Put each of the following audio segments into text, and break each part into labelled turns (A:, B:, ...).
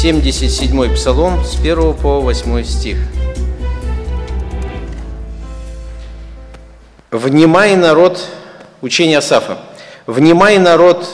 A: 77-й Псалом с 1 по 8 стих. «Внимай, народ», учение Асафа, «Внимай, народ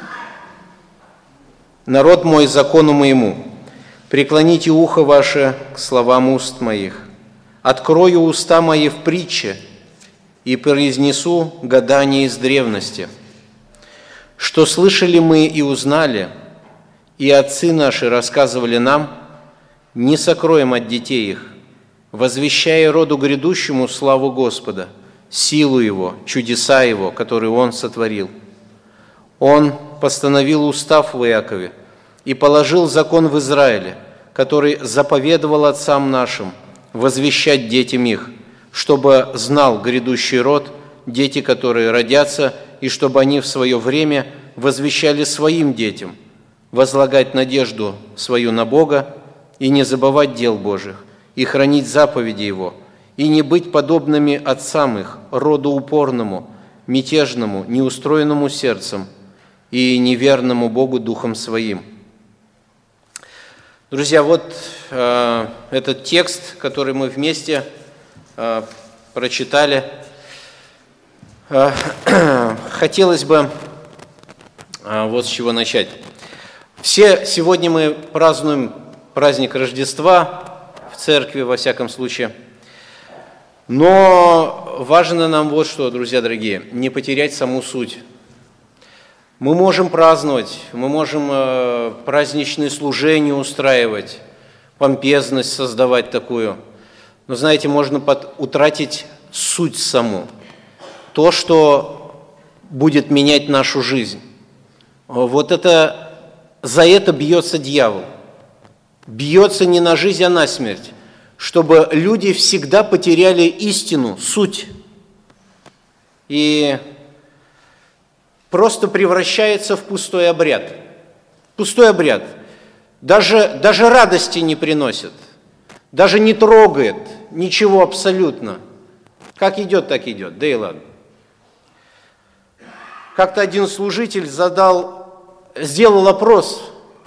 A: мой, закону моему, преклоните ухо ваше к словам уст моих, открою уста мои в притче и произнесу гадание из древности. Что слышали мы и узнали, и отцы наши рассказывали нам, не сокроем от детей их, возвещая роду грядущему славу Господа, силу Его, чудеса Его, которые Он сотворил. Он постановил устав в Иакове и положил закон в Израиле, который заповедовал отцам нашим возвещать детям их, чтобы знал грядущий род, дети, которые родятся, и чтобы они в свое время возвещали своим детям, возлагать надежду свою на Бога и не забывать дел Божьих, и хранить заповеди Его, и не быть подобными отцам их, роду упорному, мятежному, неустроенному сердцем и неверному Богу духом своим». Друзья, вот этот текст, который мы вместе прочитали. Хотелось бы вот с чего начать. Сегодня мы празднуем праздник Рождества в церкви, во всяком случае. Но важно нам вот что, друзья дорогие, не потерять саму суть. Мы можем праздновать, мы можем праздничные служения устраивать, помпезность создавать такую. Но, знаете, можно утратить суть саму, то, что будет менять нашу жизнь. Вот это, за это бьется дьявол. Бьется не на жизнь, а на смерть, чтобы люди всегда потеряли истину, суть. И просто превращается в пустой обряд. Пустой обряд. Даже радости не приносит, даже не трогает, ничего абсолютно. Как идет, так идет, да и ладно. Как-то один служитель сделал опрос,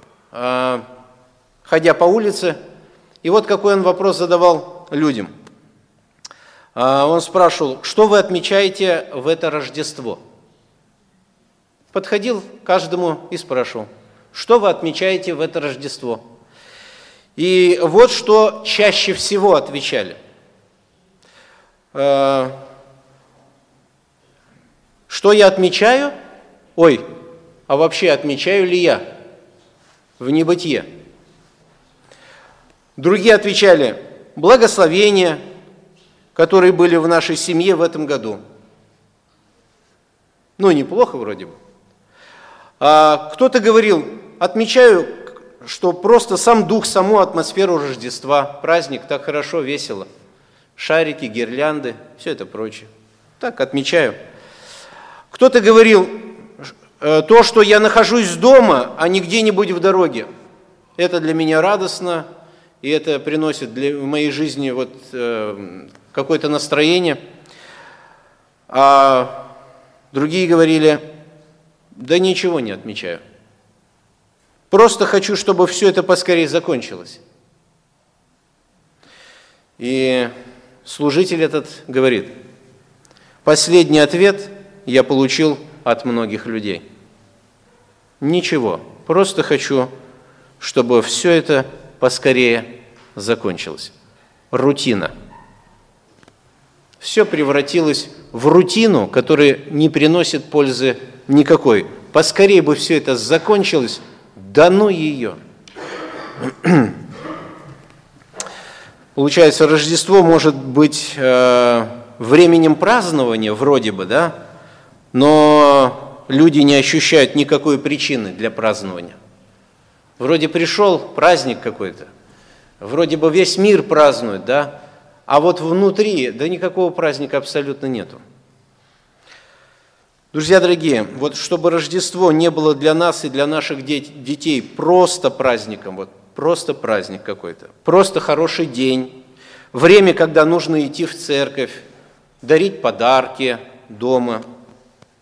A: ходя по улице, и вот какой он вопрос задавал людям. Он спрашивал: что вы отмечаете в это Рождество? Подходил к каждому и спрашивал: что вы отмечаете в это Рождество? И вот что чаще всего отвечали. Что я отмечаю? А вообще отмечаю ли я в небытие? Другие отвечали: благословения, которые были в нашей семье в этом году. Неплохо вроде бы. А кто-то говорил: отмечаю, что просто сам дух, саму атмосферу Рождества, праздник, так хорошо, весело. Шарики, гирлянды, все это прочее. Так, отмечаю. Кто-то говорил: то, что я нахожусь дома, а не где-нибудь в дороге. Это для меня радостно, и это приносит в моей жизни какое-то настроение. А другие говорили: да ничего не отмечаю. Просто хочу, чтобы все это поскорее закончилось. И служитель этот говорит: последний ответ я получил от многих людей. Ничего, просто хочу, чтобы все это поскорее закончилось. Рутина. Все превратилось в рутину, которая не приносит пользы никакой. Поскорее бы все это закончилось, да ну ее. Получается, Рождество может быть временем празднования, вроде бы, да, но люди не ощущают никакой причины для празднования. Вроде пришел праздник какой-то, вроде бы весь мир празднует, да, а вот внутри, да никакого праздника абсолютно нету. Друзья дорогие, вот чтобы Рождество не было для нас и для наших детей просто праздником, просто праздник какой-то, просто хороший день, время, когда нужно идти в церковь, дарить подарки дома.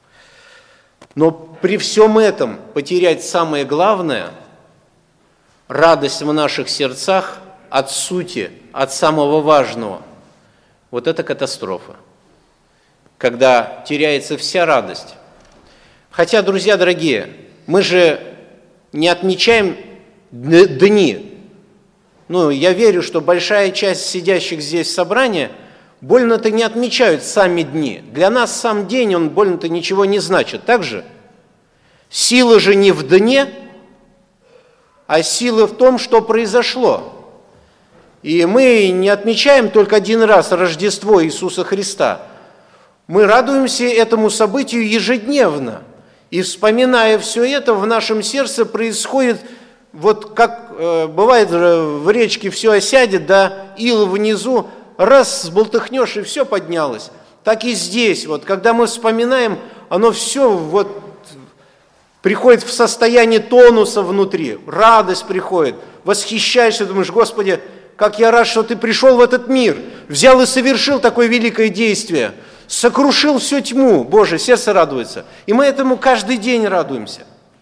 A: Но при всем этом потерять самое главное – радость в наших сердцах от сути, от самого важного. Вот это катастрофа, когда теряется вся радость. Хотя, друзья дорогие, мы же не отмечаем дни. Я верю, что большая часть сидящих здесь в собрании больно-то не отмечают сами дни. Для нас сам день, он больно-то ничего не значит. Так же? Сила же не в дне, а сила в том, что произошло. И мы не отмечаем только один раз Рождество Иисуса Христа. Мы радуемся этому событию ежедневно. И вспоминая все это, в нашем сердце происходит, вот как бывает в речке все осядет, да, ил внизу, раз сболтыхнешь, и все поднялось. Так и здесь, вот, когда мы вспоминаем, оно все вот приходит в состояние тонуса внутри, радость приходит, восхищаешься, думаешь: Господи, как я рад, что Ты пришел в этот мир, взял и совершил такое великое действие, сокрушил всю тьму. Боже, сердце радуется. И мы этому каждый день радуемся.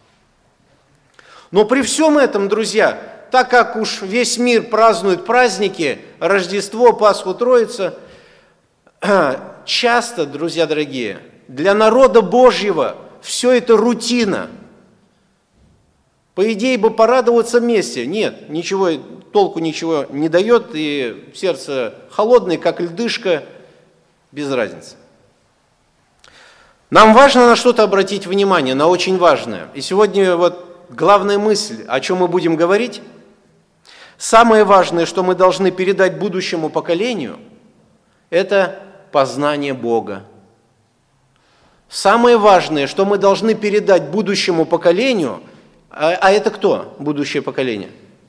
A: Но при всем этом, друзья, так как уж весь мир празднует праздники, Рождество, Пасху, Троица, часто, друзья дорогие, для народа Божьего все это рутина. По идее бы порадоваться вместе. Нет, ничего, толку ничего не дает, и сердце холодное, как льдышка, без разницы. Нам важно на что-то обратить внимание, на очень важное. И сегодня вот главная мысль, о чем мы будем говорить. Самое важное, что мы должны передать будущему поколению, это познание Бога. Самое важное, что мы должны передать будущему поколению, а это кто, будущее поколение?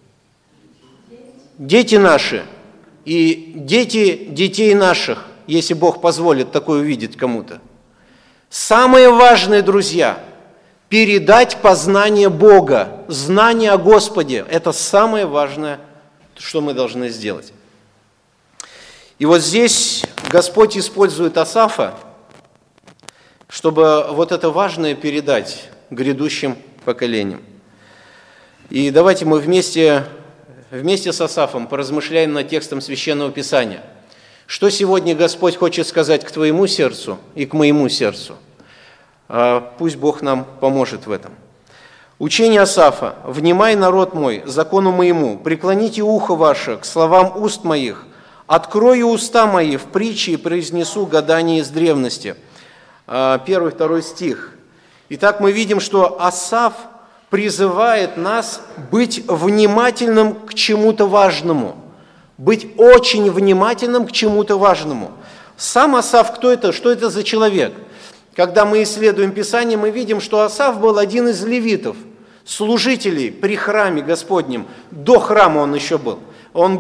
A: Дети наши и дети детей наших, если Бог позволит такое увидеть кому-то. Самое важное, друзья, передать познание Бога, знание о Господе. Это самое важное, что мы должны сделать. И вот здесь Господь использует Асафа, чтобы вот это важное передать грядущим поколениям. И давайте мы вместе с Асафом поразмышляем над текстом Священного Писания. Что сегодня Господь хочет сказать к твоему сердцу и к моему сердцу? Пусть Бог нам поможет в этом. Учение Асафа: «Внимай, народ мой, закону моему, преклоните ухо ваше к словам уст моих, открою уста мои в притче и произнесу гадание из древности». 1-2 стих. Итак, мы видим, что Асаф призывает нас быть внимательным к чему-то важному, быть очень внимательным к чему-то важному. Сам Асаф кто это? Что это за человек? Когда мы исследуем Писание, мы видим, что Асаф был один из левитов, служителей при храме Господнем. До храма он еще был. Он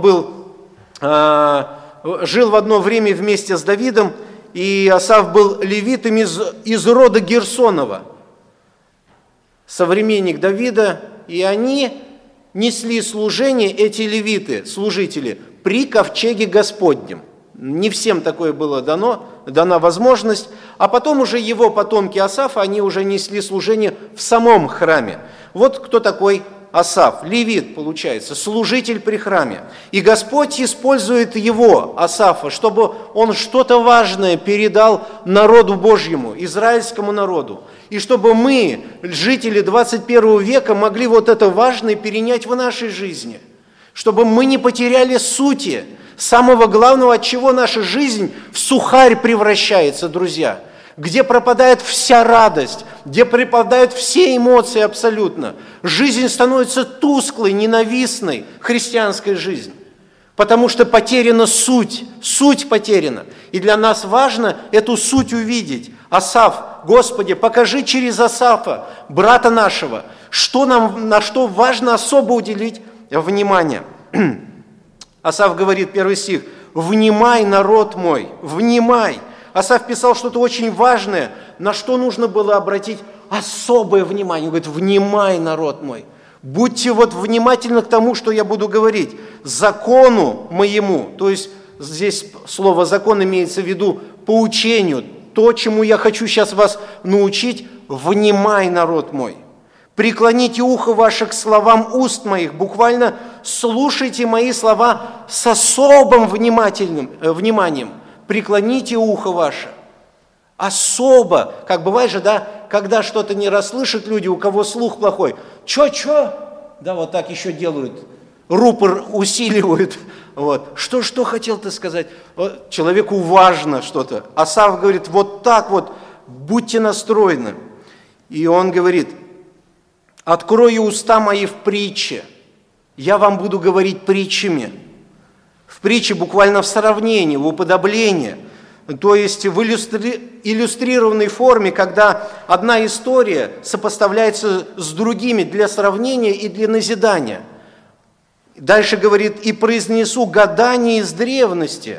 A: жил в одно время вместе с Давидом, и Асаф был левитом из рода Герсонова, современник Давида, и они несли служение, эти левиты, служители, при ковчеге Господнем. Не всем такое было дана возможность, а потом уже его потомки Асафа, они уже несли служение в самом храме. Вот кто такой Асаф, левит, получается, служитель при храме. И Господь использует его, Асафа, чтобы он что-то важное передал народу Божьему, израильскому народу. И чтобы мы, жители 21 века, могли вот это важное перенять в нашей жизни. Чтобы мы не потеряли сути, самого главного, от чего наша жизнь в сухарь превращается, друзья. Где пропадает вся радость, где пропадают все эмоции абсолютно. Жизнь становится тусклой, ненавистной, христианской жизнь. Потому что потеряна суть потеряна. И для нас важно эту суть увидеть. Асаф, Господи, покажи через Асафа, брата нашего, на что важно особо уделить внимание. Асаф говорит, 1 стих: «Внимай, народ мой, внимай». Асаф писал что-то очень важное, на что нужно было обратить особое внимание. Он говорит: «Внимай, народ мой, будьте вот внимательны к тому, что я буду говорить, закону моему». То есть здесь слово «закон» имеется в виду поучению, то, чему я хочу сейчас вас научить. «Внимай, народ мой, Преклоните ухо ваше к словам уст моих. Буквально слушайте мои слова с особым вниманием. Преклоните ухо ваше. Особо, как бывает же, да, когда что-то не расслышат люди, у кого слух плохой. Чё? Да, вот так еще делают. Рупор усиливают. Вот. Что хотел ты сказать? Вот, человеку важно что-то. Асаф говорит, вот так вот, будьте настроены. И он говорит, открою уста мои в притче. Я вам буду говорить притчами. В притче буквально в сравнении, в уподоблении. То есть в иллюстрированной форме, когда одна история сопоставляется с другими для сравнения и для назидания. Дальше говорит, и произнесу гадание из древности.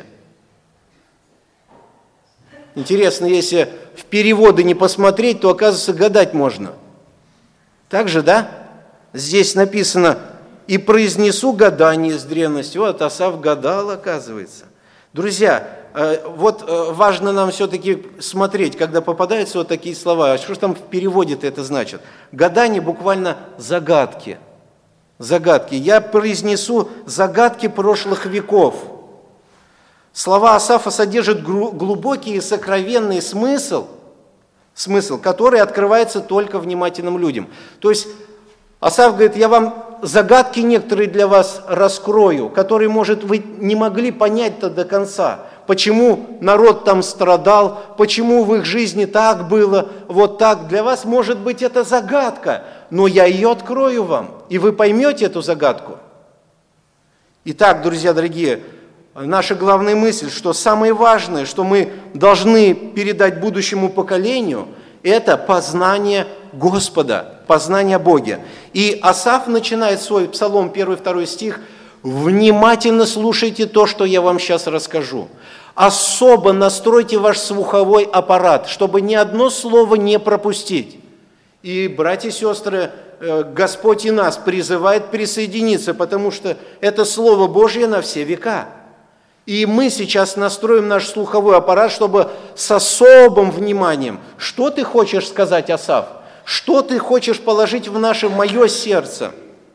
A: Интересно, если в переводы не посмотреть, то, оказывается, гадать можно. Так же, да? Здесь написано, и произнесу гадание из древности. Вот Асаф гадал, оказывается. Друзья, вот важно нам все-таки смотреть, когда попадаются вот такие слова. А что же там в переводе-то это значит? Гадание буквально загадки. Загадки. Я произнесу загадки прошлых веков. Слова Асафа содержат глубокий и сокровенный смысл, который открывается только внимательным людям. То есть Асаф говорит, я вам загадки некоторые для вас раскрою, которые, может, вы не могли понять-то до конца. Почему народ там страдал, почему в их жизни так было, вот так. Для вас, может быть, это загадка, но я ее открою вам, и вы поймете эту загадку. Итак, друзья дорогие, наша главная мысль, что самое важное, что мы должны передать будущему поколению, это познание Господа, познание Бога. И Асаф начинает свой псалом, 1-2 стих, «Внимательно слушайте то, что я вам сейчас расскажу. Особо настройте ваш слуховой аппарат, чтобы ни одно слово не пропустить». И, братья и сестры, Господь и нас призывает присоединиться, потому что это Слово Божье на все века. И мы сейчас настроим наш слуховой аппарат, чтобы с особым вниманием, что ты хочешь сказать, Асаф, что ты хочешь положить в мое сердце.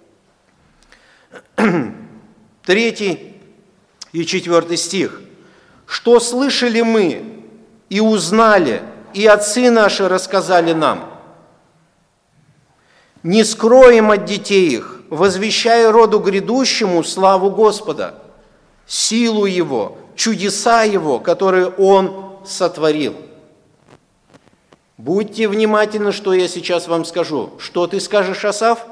A: 3 и 4 стих. «Что слышали мы и узнали, и отцы наши рассказали нам. Не скроем от детей их, возвещая роду грядущему славу Господа, силу Его, чудеса Его, которые Он сотворил». Будьте внимательны, что я сейчас вам скажу. Что ты скажешь, Асаф?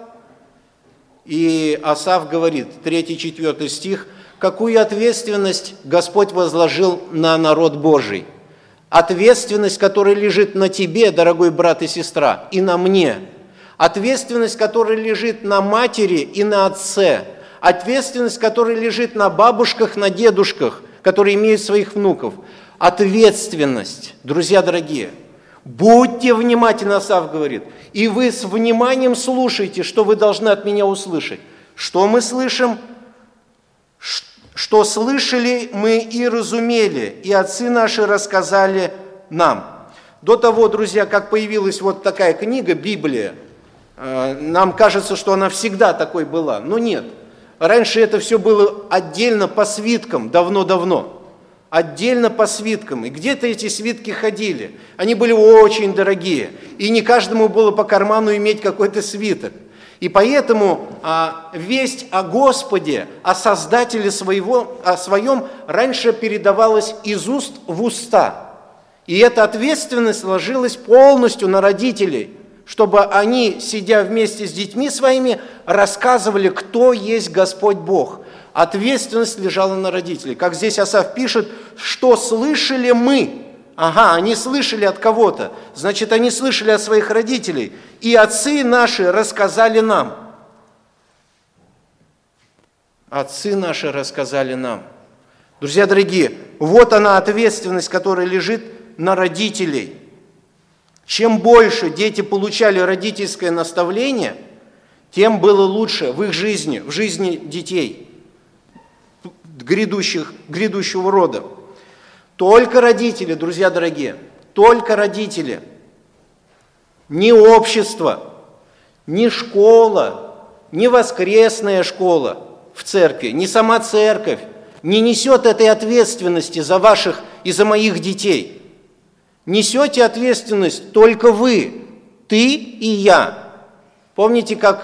A: И Асаф говорит, 3-4 стих, какую ответственность Господь возложил на народ Божий. Ответственность, которая лежит на тебе, дорогой брат и сестра, и на мне. Ответственность, которая лежит на матери и на отце. Ответственность, которая лежит на бабушках, на дедушках, которые имеют своих внуков. Ответственность, друзья дорогие. Будьте внимательны, Асаф говорит, и вы с вниманием слушайте, что вы должны от меня услышать. Что мы слышим? Что слышали мы и разумели, и отцы наши рассказали нам. До того, друзья, как появилась вот такая книга, Библия, нам кажется, что она всегда такой была, но нет. Раньше это все было отдельно по свиткам, давно-давно. Отдельно по свиткам. И где-то эти свитки ходили. Они были очень дорогие. И не каждому было по карману иметь какой-то свиток. И поэтому весть о Господе, о Создателе о Своем раньше передавалась из уст в уста. И эта ответственность ложилась полностью на родителей, чтобы они, сидя вместе с детьми своими, рассказывали, кто есть Господь Бог. Ответственность лежала на родителей. Как здесь Асаф пишет, что слышали мы. Ага, они слышали от кого-то. Значит, они слышали от своих родителей. И отцы наши рассказали нам. Отцы наши рассказали нам. Друзья дорогие, вот она ответственность, которая лежит на родителей. Чем больше дети получали родительское наставление, тем было лучше в их жизни, в жизни детей, грядущего рода. Только родители, друзья дорогие, только родители, не общество, ни школа, ни воскресная школа в церкви, ни сама церковь не несет этой ответственности за ваших и за моих детей. Несете ответственность только вы, ты и я. Помните, как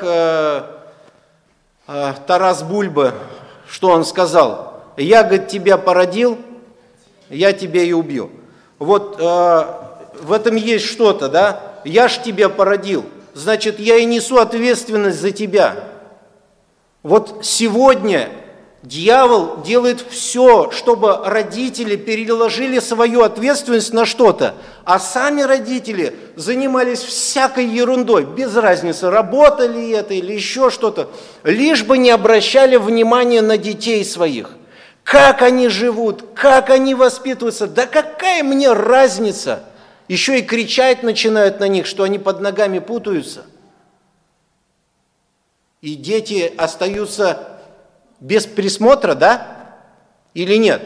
A: Тарас Бульба, что он сказал? «Я, говорит, тебя породил, я тебя и убью». Вот в этом есть что-то, да? Я ж тебя породил, значит, я и несу ответственность за тебя. Вот сегодня дьявол делает все, чтобы родители переложили свою ответственность на что-то, а сами родители занимались всякой ерундой, без разницы, работали это или еще что-то, лишь бы не обращали внимания на детей своих. Как они живут, как они воспитываются, да какая мне разница? Еще и кричать начинают на них, что они под ногами путаются. И дети остаются без присмотра, да? Или нет?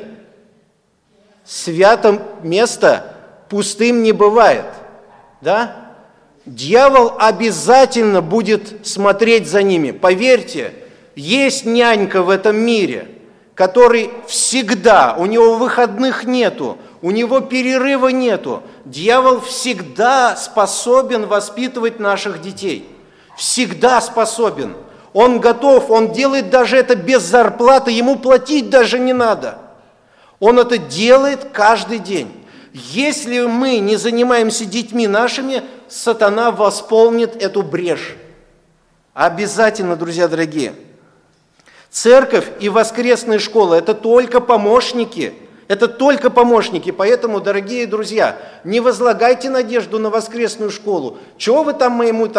A: Свято место пустым не бывает, да? Дьявол обязательно будет смотреть за ними. Поверьте, есть нянька в этом мире, который всегда, у него выходных нету, у него перерыва нету. Дьявол всегда способен воспитывать наших детей. Всегда способен. Он готов, он делает даже это без зарплаты, ему платить даже не надо. Он это делает каждый день. Если мы не занимаемся детьми нашими, сатана восполнит эту брешь. Обязательно, друзья дорогие. Церковь и воскресная школа – это только помощники. Это только помощники. Поэтому, дорогие друзья, не возлагайте надежду на воскресную школу. Чего вы там моих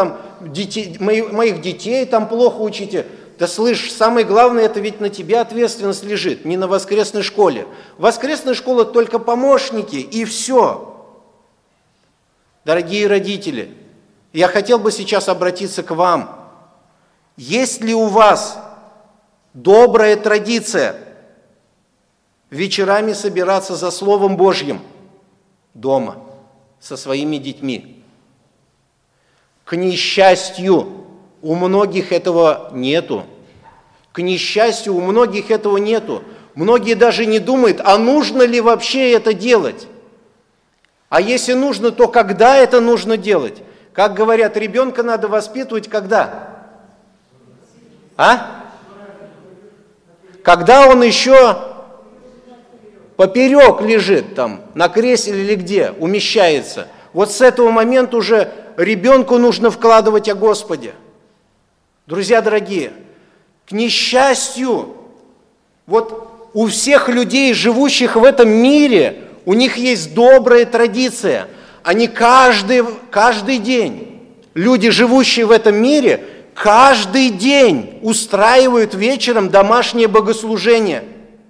A: детей там плохо учите? Да слышь, самое главное, это ведь на тебе ответственность лежит, не на воскресной школе. Воскресная школа только помощники, и все. Дорогие родители, я хотел бы сейчас обратиться к вам. Есть ли у вас добрая традиция вечерами собираться за Словом Божьим дома со своими детьми? К несчастью, у многих этого нету. К несчастью, у многих этого нету. Многие даже не думают, а нужно ли вообще это делать? А если нужно, то когда это нужно делать? Как говорят, ребенка надо воспитывать когда? Когда он еще поперек лежит там, на кресле или где, умещается. Вот с этого момента уже ребенку нужно вкладывать о Господе. Друзья дорогие, к несчастью, вот у всех людей, живущих в этом мире, у них есть добрая традиция. Они каждый день, люди, живущие в этом мире, каждый день устраивают вечером домашнее богослужение.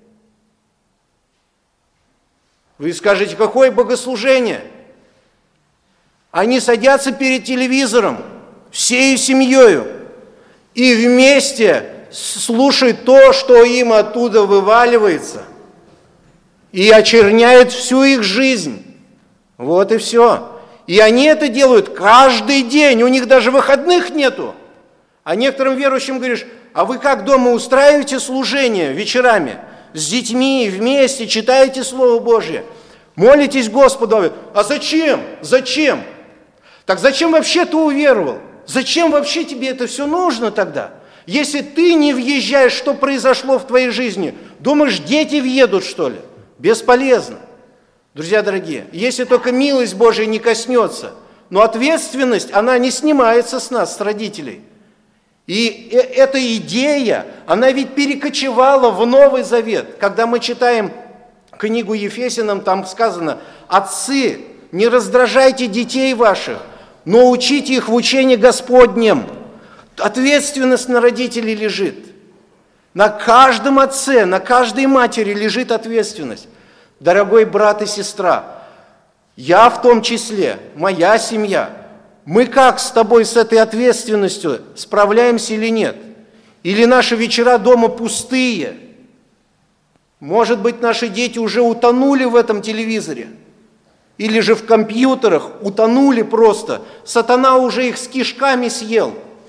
A: Вы скажете, какое богослужение? Они садятся перед телевизором всей семьей и вместе слушают то, что им оттуда вываливается, и очерняет всю их жизнь. Вот и все. И они это делают каждый день, у них даже выходных нету. А некоторым верующим говоришь, а вы как дома устраиваете служение вечерами? С детьми вместе читаете Слово Божье, молитесь Господу. А зачем? Зачем? Так зачем вообще ты уверовал? Зачем вообще тебе это все нужно тогда? Если ты не въезжаешь, что произошло в твоей жизни, думаешь, дети въедут, что ли? Бесполезно. Друзья дорогие, если только милость Божия не коснется, но ответственность, она не снимается с нас, с родителей. И эта идея, она ведь перекочевала в Новый Завет. Когда мы читаем книгу Ефесянам, там сказано: «Отцы, не раздражайте детей ваших, но учите их в учении Господнем». Ответственность на родителей лежит. На каждом отце, на каждой матери лежит ответственность. Дорогой брат и сестра, я в том числе, моя семья, мы как с тобой с этой ответственностью справляемся или нет? Или наши вечера дома пустые? Может быть, наши дети уже утонули в этом телевизоре? Или же в компьютерах утонули просто? Сатана уже их с кишками съел.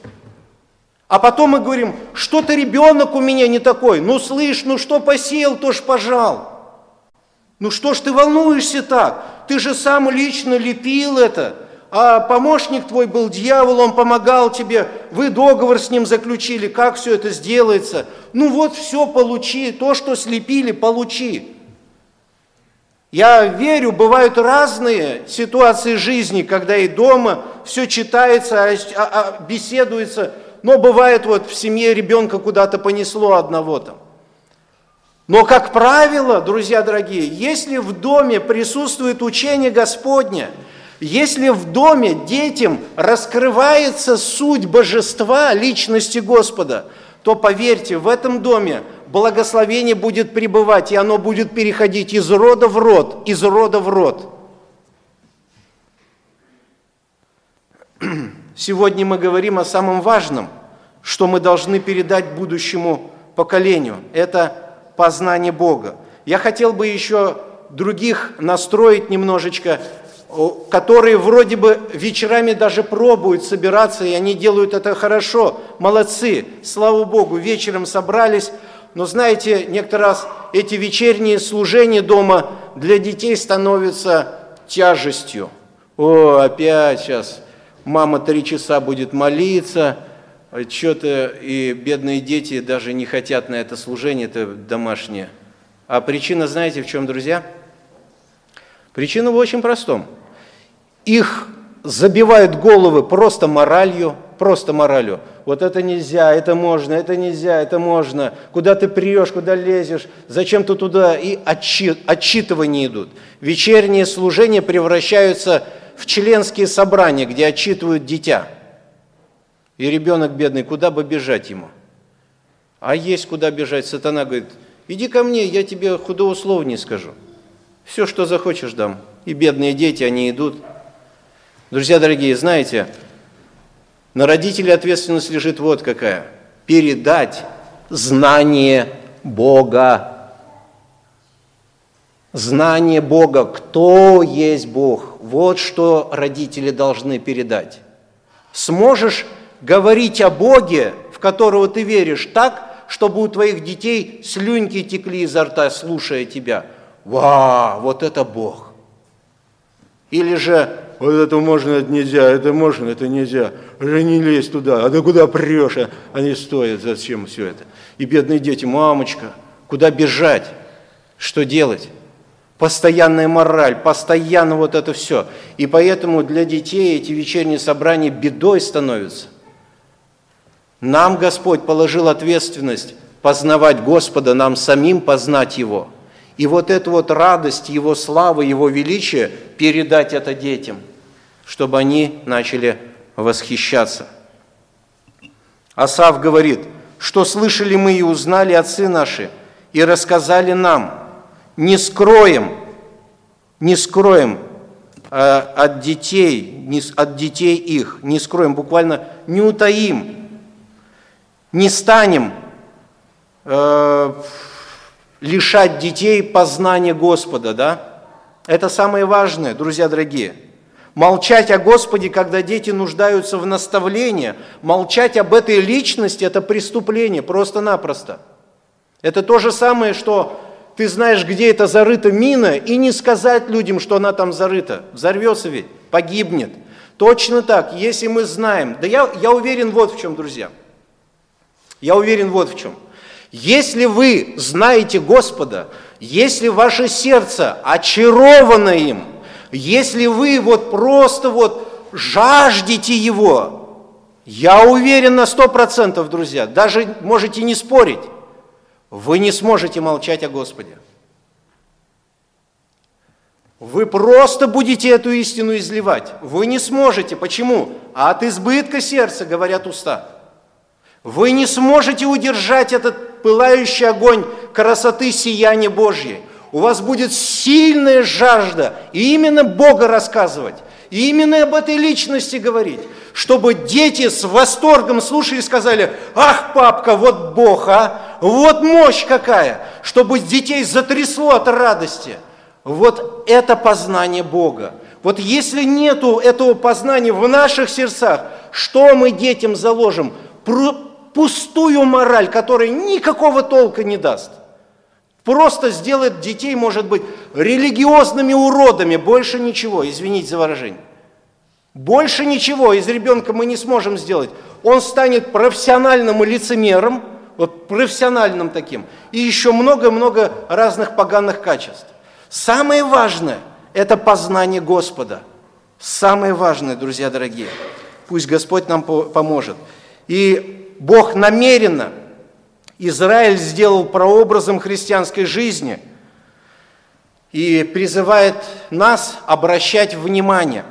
B: А потом мы говорим, что-то ребенок у меня не такой. Ну, слышь, ну что посеял, то ж пожал. Ну что ж ты волнуешься так? Ты же сам лично лепил это. А помощник твой был дьявол, он помогал тебе. Вы договор с ним заключили, как все это сделается. Ну вот все получи, то, что слепили, получи. Я верю, бывают разные ситуации жизни, когда и дома все читается, беседуется, но бывает вот в семье ребенка куда-то понесло одного там. Но, как правило, друзья дорогие, если в доме присутствует учение Господне, если в доме детям раскрывается суть божества, личности Господа, то, поверьте, в этом доме благословение будет пребывать, и оно будет переходить из рода в род, из рода в род. Сегодня мы говорим о самом важном, что мы должны передать будущему поколению. Это познание Бога. Я хотел бы еще других настроить немножечко, которые вроде бы вечерами даже пробуют собираться, и они делают это хорошо. Молодцы, слава Богу, вечером собрались. Но знаете, некоторый раз эти вечерние служения дома для детей становятся тяжестью. О, опять сейчас мама 3 часа будет молиться, что-то, и бедные дети даже не хотят на это служение, это домашнее. А причина, знаете, в чем, друзья? Причина в очень простом. Их забивают головы просто моралью. Вот это нельзя, это можно, это нельзя, это можно. Куда ты прешь, куда лезешь, зачем ты туда? И отчитывания идут. Вечерние служения превращаются в членские собрания, где отчитывают дитя. И ребенок бедный, куда бы бежать ему? А есть куда бежать. Сатана говорит, иди ко мне, я тебе худого слова не скажу. Все, что захочешь, дам. И бедные дети, они идут. Друзья дорогие, знаете, на родителей ответственность лежит вот какая. Передать знание Бога. Знание Бога, кто есть Бог. Вот что родители должны передать. Сможешь говорить о Боге, в которого ты веришь, так, чтобы у твоих детей слюньки текли изо рта, слушая тебя. Вау, вот это Бог. Или же, вот это можно, это нельзя, это можно, это нельзя. Уже не лезь туда, а ты куда прешь, они стоят, зачем все это? И бедные дети, мамочка, куда бежать, что делать? Постоянная мораль, постоянно вот это все. И поэтому для детей эти вечерние собрания бедой становятся. Нам Господь положил ответственность познавать Господа, нам самим познать Его. И вот эту вот радость, Его славы, Его величие передать это детям, чтобы они начали восхищаться. Асав говорит, что слышали мы и узнали отцы наши, и рассказали нам, не скроем от детей их, не скроем, буквально не утаим, не станем лишать детей познания Господа, да? Это самое важное, друзья дорогие. Молчать о Господе, когда дети нуждаются в наставлении, молчать об этой личности – это преступление, просто-напросто. Это то же самое, что ты знаешь, где это зарыта мина, и не сказать людям, что она там зарыта. Взорвется ведь, погибнет. Точно так, если мы знаем, да я уверен вот в чем, друзья. Я уверен вот в чем. Если вы знаете Господа, если ваше сердце очаровано им, если вы вот просто вот жаждете Его, я уверен на 100%, друзья, даже можете не спорить, вы не сможете молчать о Господе. Вы просто будете эту истину изливать. Вы не сможете. Почему? А от избытка сердца говорят уста. Вы не сможете удержать этот пылающий огонь красоты сияния Божьей. У вас будет сильная жажда и именно Бога рассказывать, и именно об этой личности говорить, чтобы дети с восторгом слушали и сказали, ах, папка, вот Бог, а, вот мощь какая, чтобы детей затрясло от радости. Вот это познание Бога. Вот если нету этого познания в наших сердцах, что мы детям заложим? пустую мораль, которая никакого толка не даст. Просто сделает детей, может быть, религиозными уродами, больше ничего, извините за выражение. Больше ничего из ребенка мы не сможем сделать. Он станет профессиональным лицемером, вот профессиональным таким, и еще много-много разных поганых качеств. Самое важное – это познание Господа. Самое важное, друзья дорогие. Пусть Господь нам поможет. И Бог намеренно Израиль сделал прообразом христианской жизни и призывает нас обращать внимание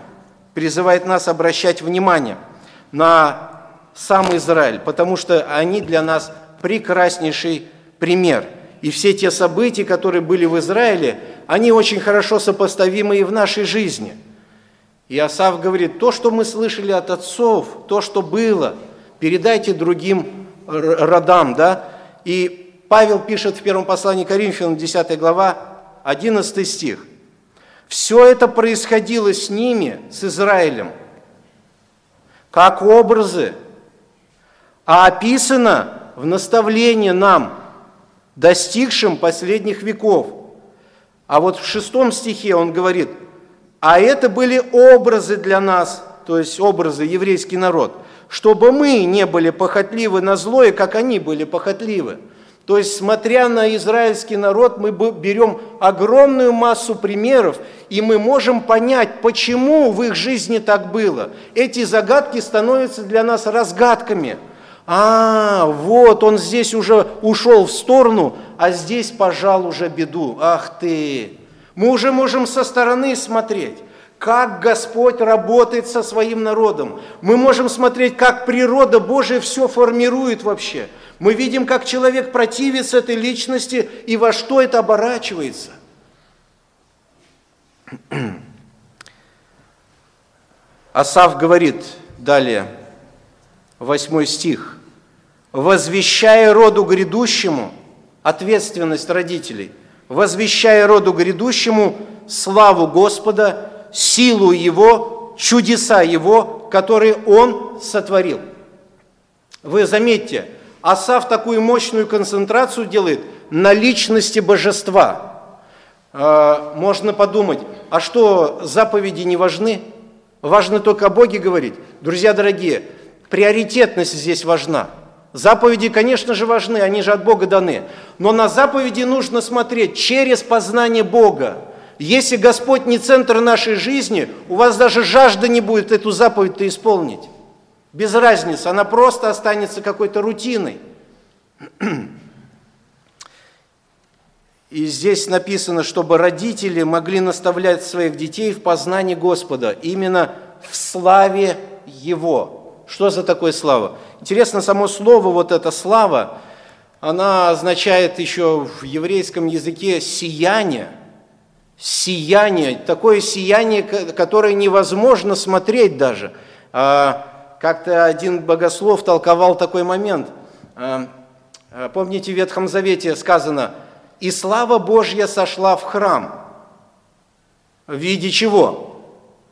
B: на сам Израиль, потому что они для нас прекраснейший пример. И все те события, которые были в Израиле, они очень хорошо сопоставимы и в нашей жизни. И Асав говорит, то, что мы слышали от отцов, то, что было, передайте другим родам, да? И Павел пишет в первом послании к Коринфянам, 10 глава, 11 стих. Все это происходило с ними, с Израилем, как образы, а описано в наставлении нам, достигшим последних веков. А вот в 6 стихе он говорит, а это были образы для нас, то есть образы, еврейский народ, чтобы мы не были похотливы на злое, как они были похотливы. То есть, смотря на израильский народ, мы берем огромную массу примеров, и мы можем понять, почему в их жизни так было. Эти загадки становятся для нас разгадками. Вот он здесь уже ушел в сторону, а здесь пожал уже беду. Ах ты! Мы уже можем со стороны смотреть, как Господь работает со своим народом. Мы можем смотреть, как природа Божия все формирует вообще. Мы видим, как человек противится этой личности и во что это оборачивается. Асав говорит далее, 8 стих. «Возвещая роду грядущему», ответственность родителей, «возвещая роду грядущему славу Господа, силу Его, чудеса Его, которые Он сотворил». Вы заметьте, Асав такую мощную концентрацию делает на личности божества. Можно подумать, а что, заповеди не важны? Важно только о Боге говорить? Друзья дорогие, приоритетность здесь важна. Заповеди, конечно же, важны, они же от Бога даны. Но на заповеди нужно смотреть через познание Бога. Если Господь не центр нашей жизни, у вас даже жажда не будет эту заповедь-то исполнить. Без разницы, она просто останется какой-то рутиной. И здесь написано, чтобы родители могли наставлять своих детей в познании Господа, именно в славе Его. Что за такое слава? Интересно, само слово, вот это слава, она означает еще в еврейском языке сияние. Сияние, такое сияние, которое невозможно смотреть даже. Как-то один богослов толковал такой момент. Помните, в Ветхом Завете сказано, «И слава Божья сошла в храм». В виде чего?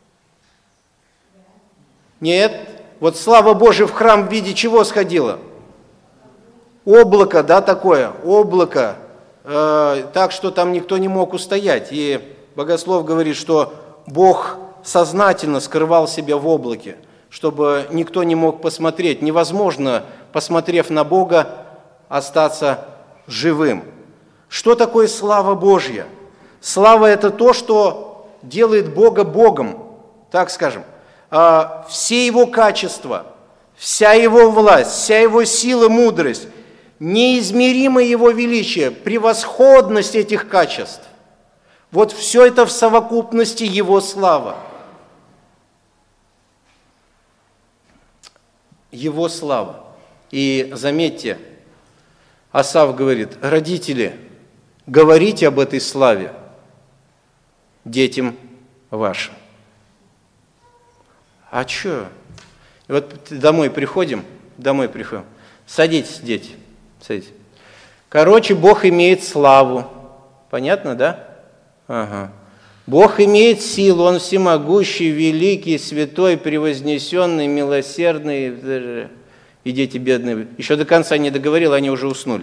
B: Нет, вот слава Божья в храм в виде чего сходила? Облако, да, такое, облако, так что там никто не мог устоять. И богослов говорит, что Бог сознательно скрывал себя в облаке, чтобы никто не мог посмотреть. Невозможно, посмотрев на Бога, остаться живым. Что такое слава Божья? Слава – это то, что делает Бога Богом, так скажем. Все Его качества, вся Его власть, вся Его сила, мудрость, неизмеримое Его величие, превосходность этих качеств. Вот все это в совокупности Его слава. Его слава. И заметьте, Асав говорит, родители, говорите об этой славе детям вашим. А что? Вот домой приходим. Садитесь, дети, садитесь. Короче, Бог имеет славу. Понятно, да? Ага. Бог имеет силу, Он всемогущий, великий, святой, превознесенный, милосердный.
A: И дети бедные, еще до конца не договорил, они уже уснули.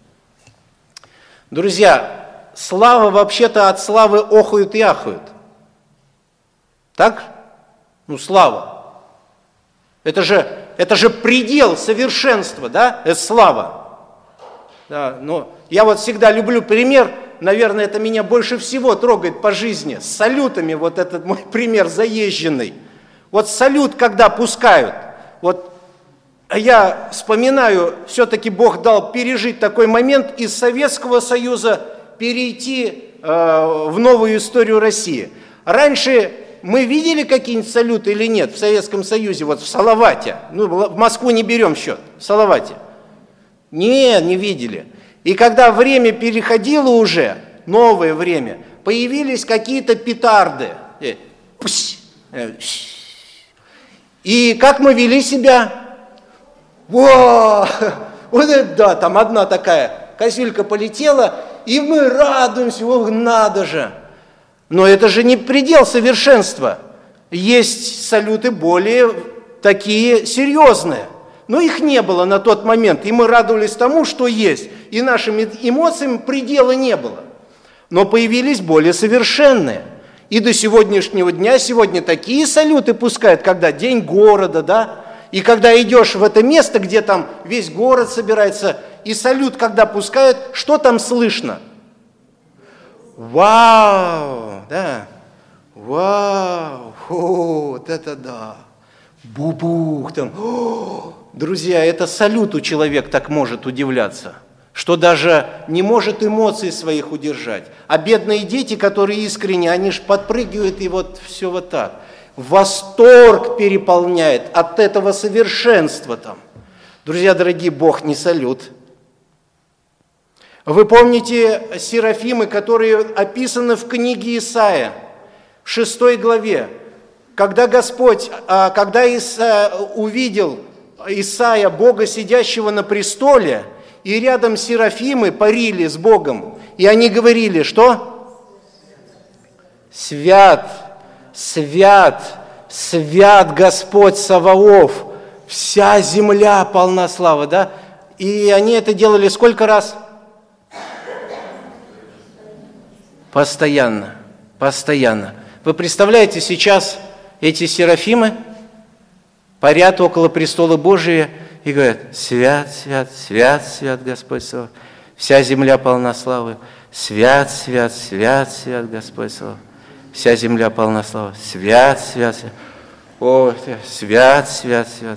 A: Друзья, слава вообще-то от славы охают и ахают. Так? Слава. Это же предел совершенства, да? Это слава. Да, но я вот всегда люблю пример, наверное, это меня больше всего трогает по жизни, с салютами, вот этот мой пример заезженный. Вот салют, когда пускают, вот я вспоминаю, все-таки Бог дал пережить такой момент из Советского Союза перейти в новую историю России. Раньше мы видели какие-нибудь салюты или нет в Советском Союзе, вот в Салавате? В Москву не берем счет, в Салавате. Нет, не видели. И когда время переходило уже, новое время, появились какие-то петарды. И как мы вели себя? Во! Вот это да, там одна такая козюлька полетела, и мы радуемся, ох, надо же. Но это же не предел совершенства. Есть салюты более такие серьезные. Но их не было на тот момент, и мы радовались тому, что есть. И нашим эмоциям предела не было. Но появились более совершенные. И до сегодняшнего дня сегодня такие салюты пускают, когда День города, да? И когда идешь в это место, где там весь город собирается, и салют, когда пускают, что там слышно? Вау, да, вау, вот это да, бубух там. Друзья, это салюту человек так может удивляться, что даже не может эмоций своих удержать. А бедные дети, которые искренне, они ж подпрыгивают и вот все вот так. Восторг переполняет от этого совершенства там. Друзья дорогие, Бог не салют. Вы помните серафимы, которые описаны в книге Исаия, в 6 главе, когда увидел Исаия Бога, сидящего на престоле, и рядом серафимы парили с Богом, и они говорили, что? Свят, свят, свят Господь Саваоф, вся земля полна славы, да? И они это делали сколько раз? Постоянно, постоянно. Вы представляете, сейчас эти серафимы парят около престола Божия и говорят: свят, свят, свят, свят Господь Саваоф, вся земля полна славы, свят, свят, свят, свят Господь Саваоф, вся земля полна славы, свят, свят, свят, о, свят, свят, свят.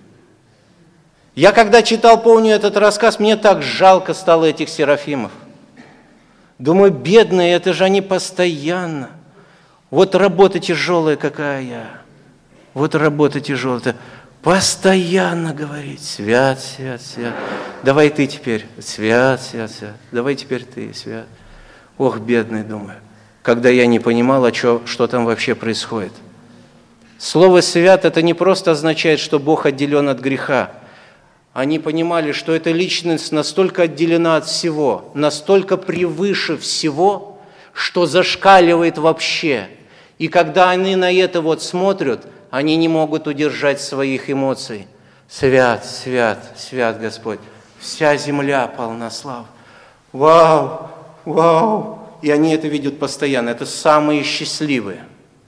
A: Я когда читал, помню этот рассказ, мне так жалко стало этих серафимов. Думаю, бедные, это же они постоянно. Вот работа тяжелая какая. Вот работа тяжелая. Постоянно говорить: свят, свят, свят. Давай ты теперь, свят, свят, свят. Давай теперь ты, свят. Ох, бедный, думаю, когда я не понимал, что там вообще происходит. Слово «свят» это не просто означает, что Бог отделен от греха. Они понимали, что эта личность настолько отделена от всего, настолько превыше всего, что зашкаливает вообще. И когда они на это вот смотрят, они не могут удержать своих эмоций. Свят, свят, свят Господь, вся земля полна славы. Вау, вау! И они это видят постоянно. Это самые счастливые.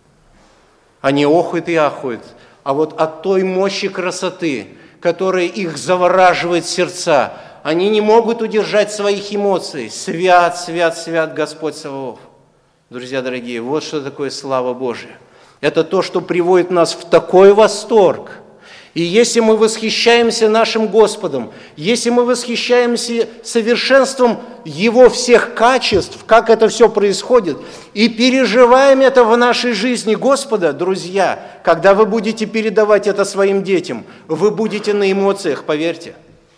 A: Они охают и ахают. А вот от той мощи красоты, которая их завораживает сердца, они не могут удержать своих эмоций. Свят, свят, свят Господь Саваоф. Друзья дорогие, вот что такое слава Божия. Это то, что приводит нас в такой восторг. И если мы восхищаемся нашим Господом, если мы восхищаемся совершенством Его всех качеств, как это все происходит, и переживаем это в нашей жизни Господа, друзья, когда вы будете передавать это своим детям, вы будете на эмоциях, поверьте.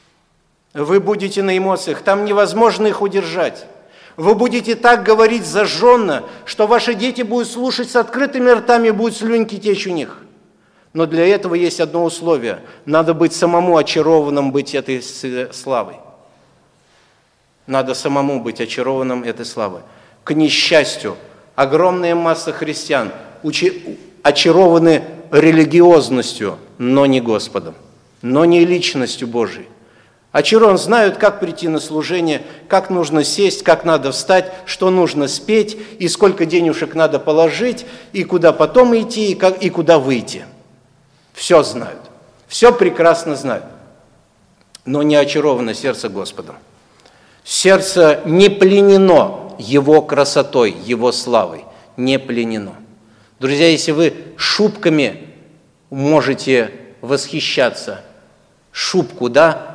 A: Вы будете на эмоциях, там невозможно их удержать. Вы будете так говорить зажженно, что ваши дети будут слушать с открытыми ртами, будут слюньки течь у них. Но для этого есть одно условие. Надо быть самому очарованным быть этой славой. Надо самому быть очарованным этой славой. К несчастью, огромная масса христиан очарованы религиозностью, но не Господом.
B: но не личностью Божией. Очарон знают, как прийти на служение, как нужно сесть, как надо встать, что нужно спеть, и сколько денежек надо положить, и куда потом идти, и куда выйти. Все знают, все прекрасно знают, но не очаровано сердце Господом. Сердце не пленено Его красотой, Его славой, не пленено. Друзья, если вы шубками можете восхищаться, шубку, да,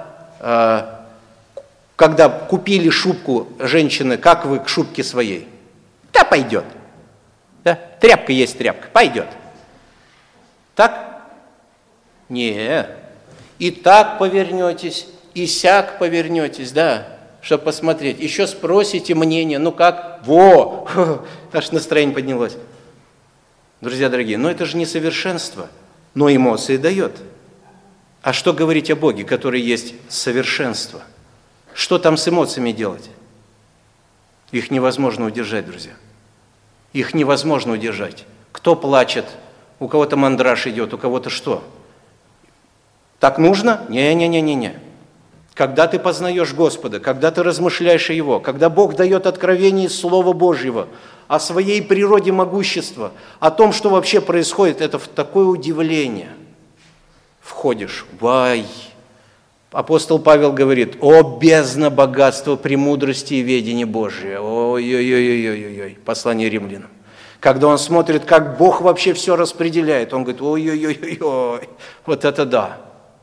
B: когда купили шубку женщины, как вы к шубке своей? Да, пойдет. Да? Тряпка есть тряпка, пойдет. Так? Не. И так повернетесь, и сяк повернетесь, да, чтобы посмотреть. Еще спросите мнение, ну как? Во! Аж настроение поднялось. Друзья дорогие, но это же не совершенство, но эмоции дает. А что говорить о Боге, который есть совершенство? Что там с эмоциями делать? Их невозможно удержать, друзья. Их невозможно удержать. Кто плачет? У кого-то мандраж идет, у кого-то что? Так нужно? Не-не-не-не-не. Когда ты познаешь Господа, когда ты размышляешь о Его, когда Бог дает откровение из Слова Божьего о своей природе могущества, о том, что вообще происходит, это в такое удивление. Входишь, вай. Апостол Павел говорит: «О, бездна богатства, премудрости и ведения Божия». Ой-ой-ой-ой-ой-ой. Послание римлянам. Когда он смотрит, как Бог вообще все распределяет, он говорит: ой-ой-ой-ой, вот это да.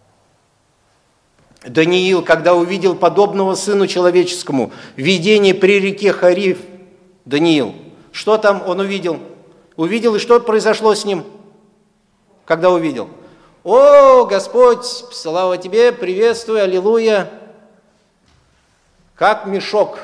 B: Даниил, когда увидел подобного сыну человеческому, видение при реке Хариф, Даниил, что там он увидел? Увидел, и что произошло с ним, когда увидел? О, Господь, слава Тебе, приветствую, аллилуйя, как мешок,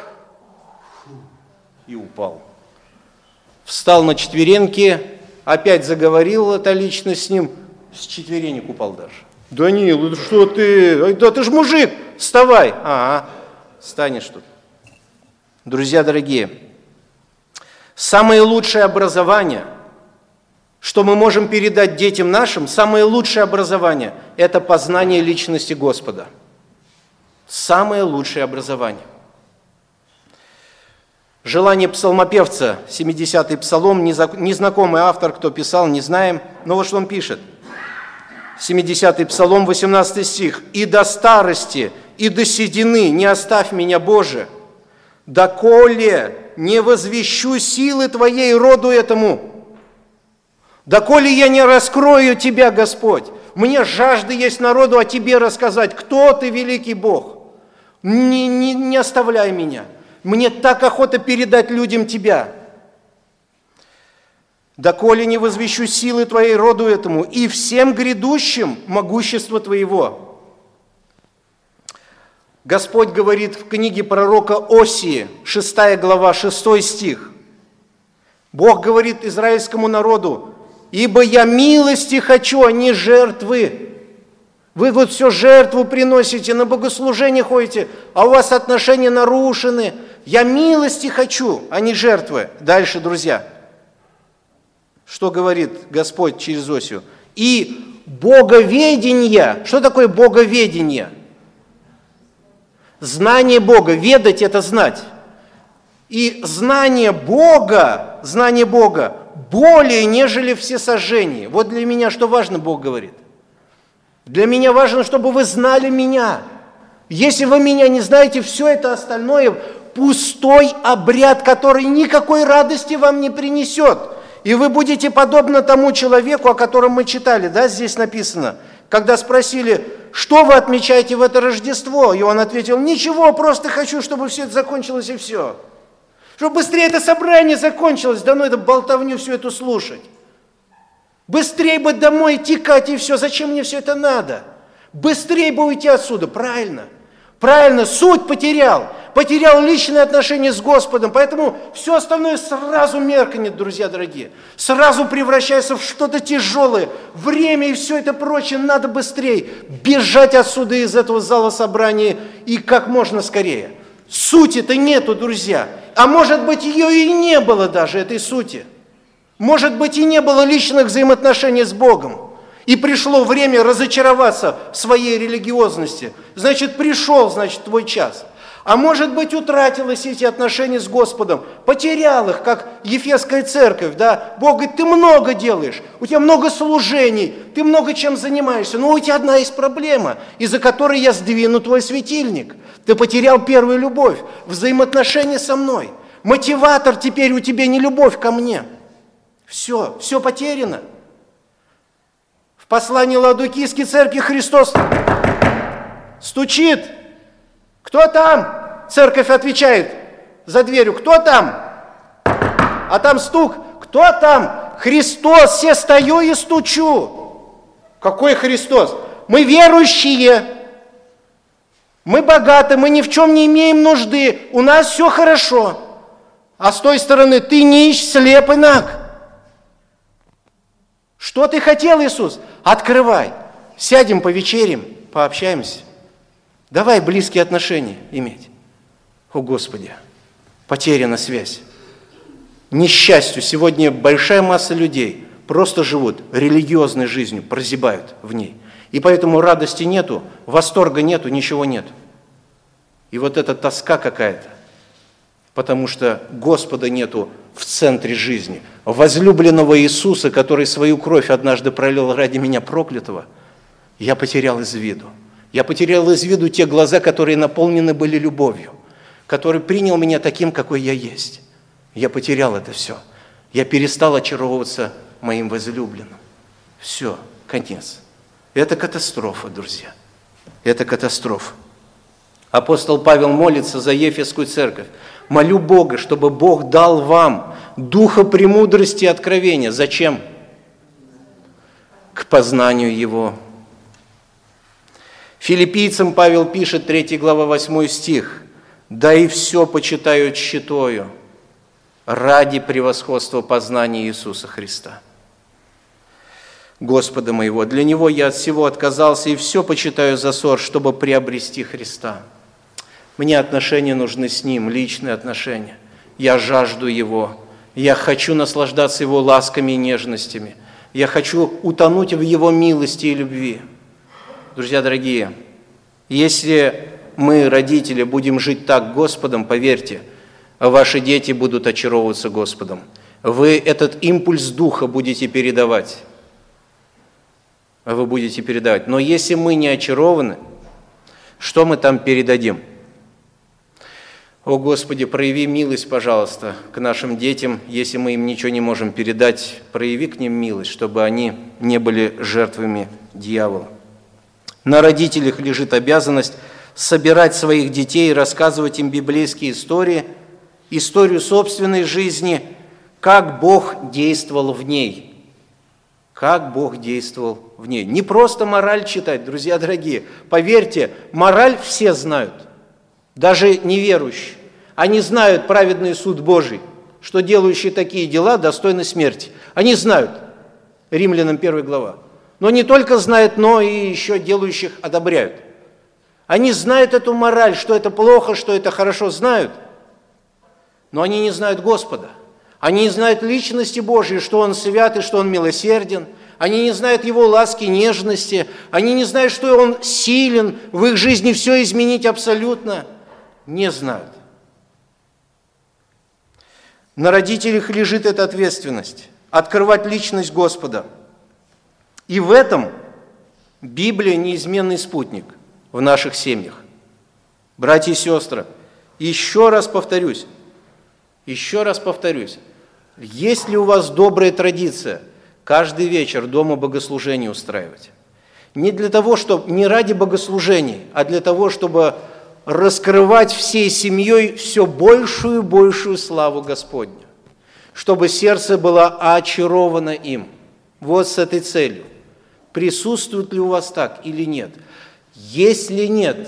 B: и упал. Встал на четвереньки, опять заговорил эта личность с ним, с четверенек упал даже. Даниил, это что ты? Да ты ж мужик, вставай. Ага, встанешь тут. Друзья дорогие, самое лучшее образование, что мы можем передать детям нашим, самое лучшее образование – это познание личности Господа. Самое лучшее образование. Желание псалмопевца, 70-й псалом, незнакомый автор, кто писал, не знаем, но вот что он пишет. 70-й псалом, 18 стих. «И до старости, и до седины не оставь меня, Боже, доколе не возвещу силы Твоей роду этому, доколе я не раскрою Тебя, Господь. Мне жажда есть народу о Тебе рассказать, кто Ты, великий Бог. Не оставляй меня. Мне так охота передать людям Тебя. Доколе не возвещу силы Твоей роду этому и всем грядущим могущество Твоего». Господь говорит в книге пророка Осии, 6 глава, 6 стих. Бог говорит израильскому народу: «Ибо я милости хочу, а не жертвы». Вы вот все жертву приносите, на богослужение ходите, а у вас отношения нарушены. Я милости хочу, а не жертвы. Дальше, друзья. Что говорит Господь через Осию? «И боговедение». Что такое боговедение? Знание Бога. Ведать – это знать. И знание Бога более, нежели всесожжение. Вот для меня что важно, Бог говорит. Для меня важно, чтобы вы знали меня. Если вы меня не знаете, все это остальное – пустой обряд, который никакой радости вам не принесет. И вы будете подобны тому человеку, о котором мы читали, да, здесь написано, когда спросили, что вы отмечаете в это Рождество, и он ответил: ничего, просто хочу, чтобы все это закончилось и все. Чтобы быстрее это собрание закончилось, да ну это болтовню всю эту слушать. Быстрее бы домой текать и все, зачем мне все это надо? Быстрее бы уйти отсюда, правильно? Правильно, суть потерял личные отношения с Господом, поэтому все остальное сразу меркнет, друзья дорогие, сразу превращается в что-то тяжелое, время и все это прочее, надо быстрее бежать отсюда из этого зала собрания и как можно скорее. Сути-то нету, друзья, а может быть ее и не было даже, этой сути, может быть и не было личных взаимоотношений с Богом. И пришло время разочароваться в своей религиозности. Значит, пришел, твой час. А может быть, утратилось эти отношения с Господом, потерял их, как Ефесская церковь, да? Бог говорит, ты много делаешь, у тебя много служений, ты много чем занимаешься, но у тебя одна есть проблема, из-за которой я сдвину твой светильник. Ты потерял первую любовь, взаимоотношения со мной. Мотиватор теперь у тебя не любовь ко мне. Все потеряно. В послании Ладукийской церкви Христос стучит. Кто там? Церковь отвечает за дверью. Кто там? А там стук. Кто там? Христос, все стою и стучу. Какой Христос? Мы верующие. Мы богаты, мы ни в чем не имеем нужды. У нас все хорошо. А с той стороны ты нищ, слеп и наг. Что ты хотел, Иисус? Открывай. Сядем, повечерим, пообщаемся. Давай близкие отношения иметь. О, Господи, потеряна связь. Несчастью, сегодня большая масса людей просто живут религиозной жизнью, прозябают в ней. И поэтому радости нету, восторга нету, ничего нету. И вот эта тоска какая-то, потому что Господа нету в центре жизни. Возлюбленного Иисуса, который свою кровь однажды пролил ради меня проклятого, я потерял из виду. Я потерял из виду те глаза, которые наполнены были любовью, который принял меня таким, какой я есть. Я потерял это все. Я перестал очаровываться моим возлюбленным. Все, конец. Это катастрофа, друзья. Это катастрофа. Апостол Павел молится за Ефесскую церковь. Молю Бога, чтобы Бог дал вам духа премудрости и откровения. Зачем? К познанию Его. Филиппийцам Павел пишет, 3 глава, 8 стих. «Да и все почитаю тщетою ради превосходства познания Иисуса Христа, Господа моего. Для Него я от всего отказался и все почитаю за ссор, чтобы приобрести Христа». Мне отношения нужны с Ним, личные отношения. Я жажду Его. Я хочу наслаждаться Его ласками и нежностями. Я хочу утонуть в Его милости и любви. Друзья дорогие, если мы, родители, будем жить так Господом, поверьте, ваши дети будут очаровываться Господом. Вы этот импульс Духа будете передавать. Вы будете передавать. Но если мы не очарованы, что мы там передадим? О, Господи, прояви милость, пожалуйста, к нашим детям. Если мы им ничего не можем передать, прояви к ним милость, чтобы они не были жертвами дьявола. На родителях лежит обязанность собирать своих детей, рассказывать им библейские истории, историю собственной жизни, как Бог действовал в ней. Как Бог действовал в ней. Не просто мораль читать, друзья дорогие. Поверьте, мораль все знают, даже неверующие. Они знают праведный суд Божий, что делающие такие дела достойны смерти. Они знают. Римлянам 1 глава. Но не только знают, но и еще делающих одобряют. Они знают эту мораль, что это плохо, что это хорошо, знают. Но они не знают Господа. Они не знают личности Божьей, что Он свят и что Он милосерден. Они не знают Его ласки, нежности. Они не знают, что Он силен в их жизни все изменить абсолютно. Не знают. На родителях лежит эта ответственность – открывать личность Господа. И в этом Библия неизменный спутник в наших семьях. Братья и сестры, еще раз повторюсь, есть ли у вас добрая традиция каждый вечер дома богослужение устраивать? Не для того, чтобы, не ради богослужений, а для того, чтобы раскрывать всей семьей все большую и большую славу Господню, чтобы сердце было очаровано им. Вот с этой целью. Присутствует ли у вас так или нет? Если нет,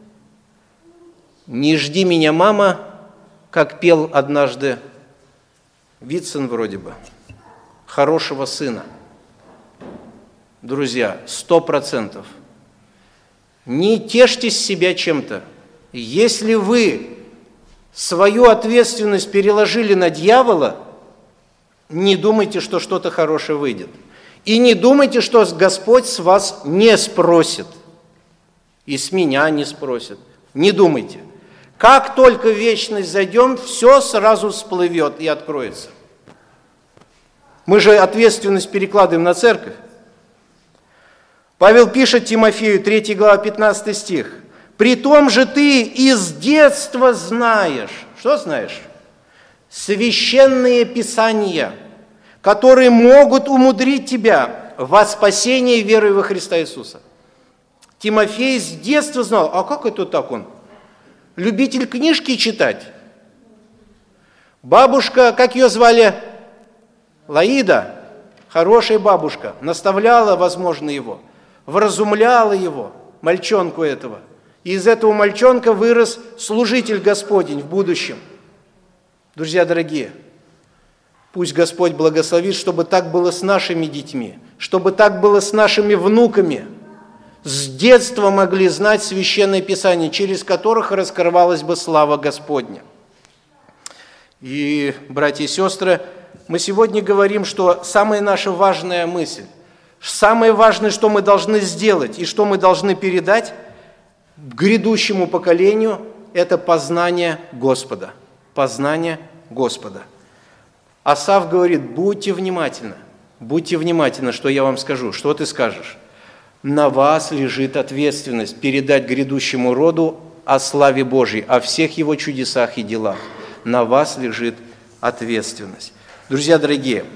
B: не жди меня, мама, как пел однажды Вицин вроде бы, хорошего сына. Друзья, 100%. Не тешьтесь себя чем-то. Если вы свою ответственность переложили на дьявола, не думайте, что что-то хорошее выйдет. И не думайте, что Господь с вас не спросит, и с меня не спросит. Не думайте. Как только в вечность зайдем, все сразу всплывет и откроется. Мы же ответственность перекладываем на церковь. Павел пишет Тимофею, 3 глава, 15 стих. «При том же ты из детства знаешь». Что знаешь? Священные Писания, которые могут умудрить тебя во спасение верой во Христа Иисуса. Тимофей с детства знал, а как это так он? Любитель книжки читать. Бабушка, как ее звали? Лаида, хорошая бабушка, наставляла, возможно, его, вразумляла его, мальчонку этого. И из этого мальчонка вырос служитель Господень в будущем. Друзья дорогие, пусть Господь благословит, чтобы так было с нашими детьми, чтобы так было с нашими внуками. С детства могли знать Священное Писание, через которых раскрывалась бы слава Господня. И, братья и сестры, мы сегодня говорим, что самая наша важная мысль, самое важное, что мы должны сделать и что мы должны передать грядущему поколению, это познание Господа. Познание Господа. Асав говорит, будьте внимательны, что я вам скажу. Что ты скажешь? На вас лежит ответственность передать грядущему роду о славе Божьей, о всех Его чудесах и делах. На вас лежит ответственность. Друзья дорогие,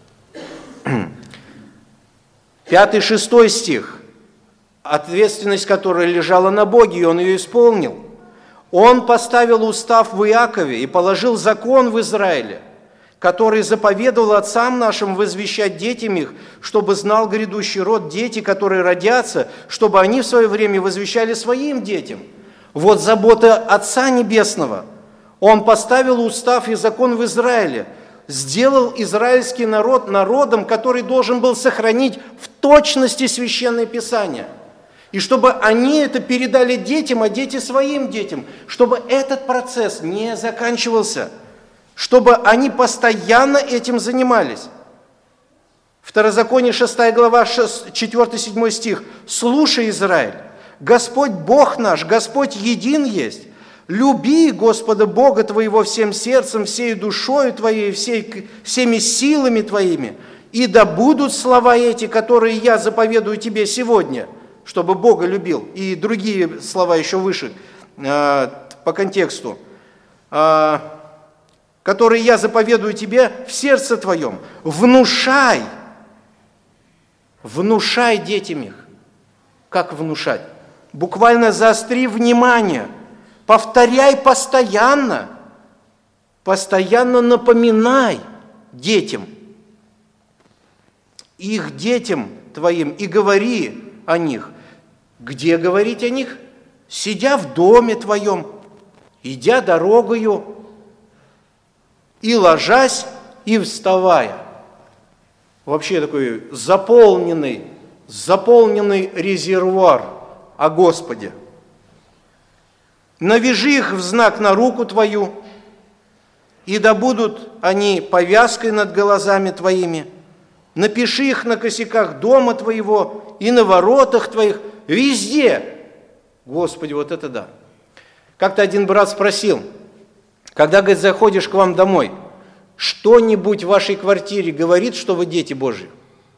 B: 5-6 стих, ответственность, которая лежала на Боге, и Он ее исполнил. Он поставил устав в Иакове и положил закон в Израиле, который заповедовал отцам нашим возвещать детям их, чтобы знал грядущий род дети, которые родятся, чтобы они в свое время возвещали своим детям. Вот забота Отца Небесного. Он поставил устав и закон в Израиле, сделал израильский народ народом, который должен был сохранить в точности Священное Писание. И чтобы они это передали детям, а дети своим детям, чтобы этот процесс не заканчивался, чтобы они постоянно этим занимались. Второзаконие 6 глава 4-7 стих. «Слушай, Израиль, Господь Бог наш, Господь един есть. Люби Господа Бога твоего всем сердцем, всей душою твоей, всеми силами твоими, и да будут слова эти, которые я заповедую тебе сегодня», чтобы Бога любил, и другие слова еще выше по контексту, которые я заповедую тебе в сердце твоем. Внушай детям их. Как внушать? Буквально заостри внимание, повторяй постоянно напоминай детям, их детям твоим, и говори о них. Где говорить о них? Сидя в доме твоем, идя дорогою, и ложась, и вставая. Вообще такой заполненный резервуар о Господе. Навяжи их в знак на руку твою, и да будут они повязкой над глазами твоими. Напиши их на косяках дома твоего и на воротах твоих, везде. Господи, вот это да. Как-то один брат спросил, когда, говорит, заходишь к вам домой, что-нибудь в вашей квартире говорит, что вы дети Божьи?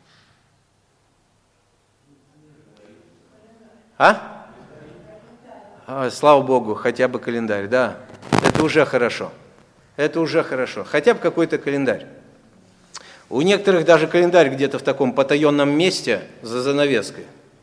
B: Слава Богу, хотя бы календарь, да. Это уже хорошо. Хотя бы какой-то календарь. У некоторых даже календарь где-то в таком потаенном месте за занавеской.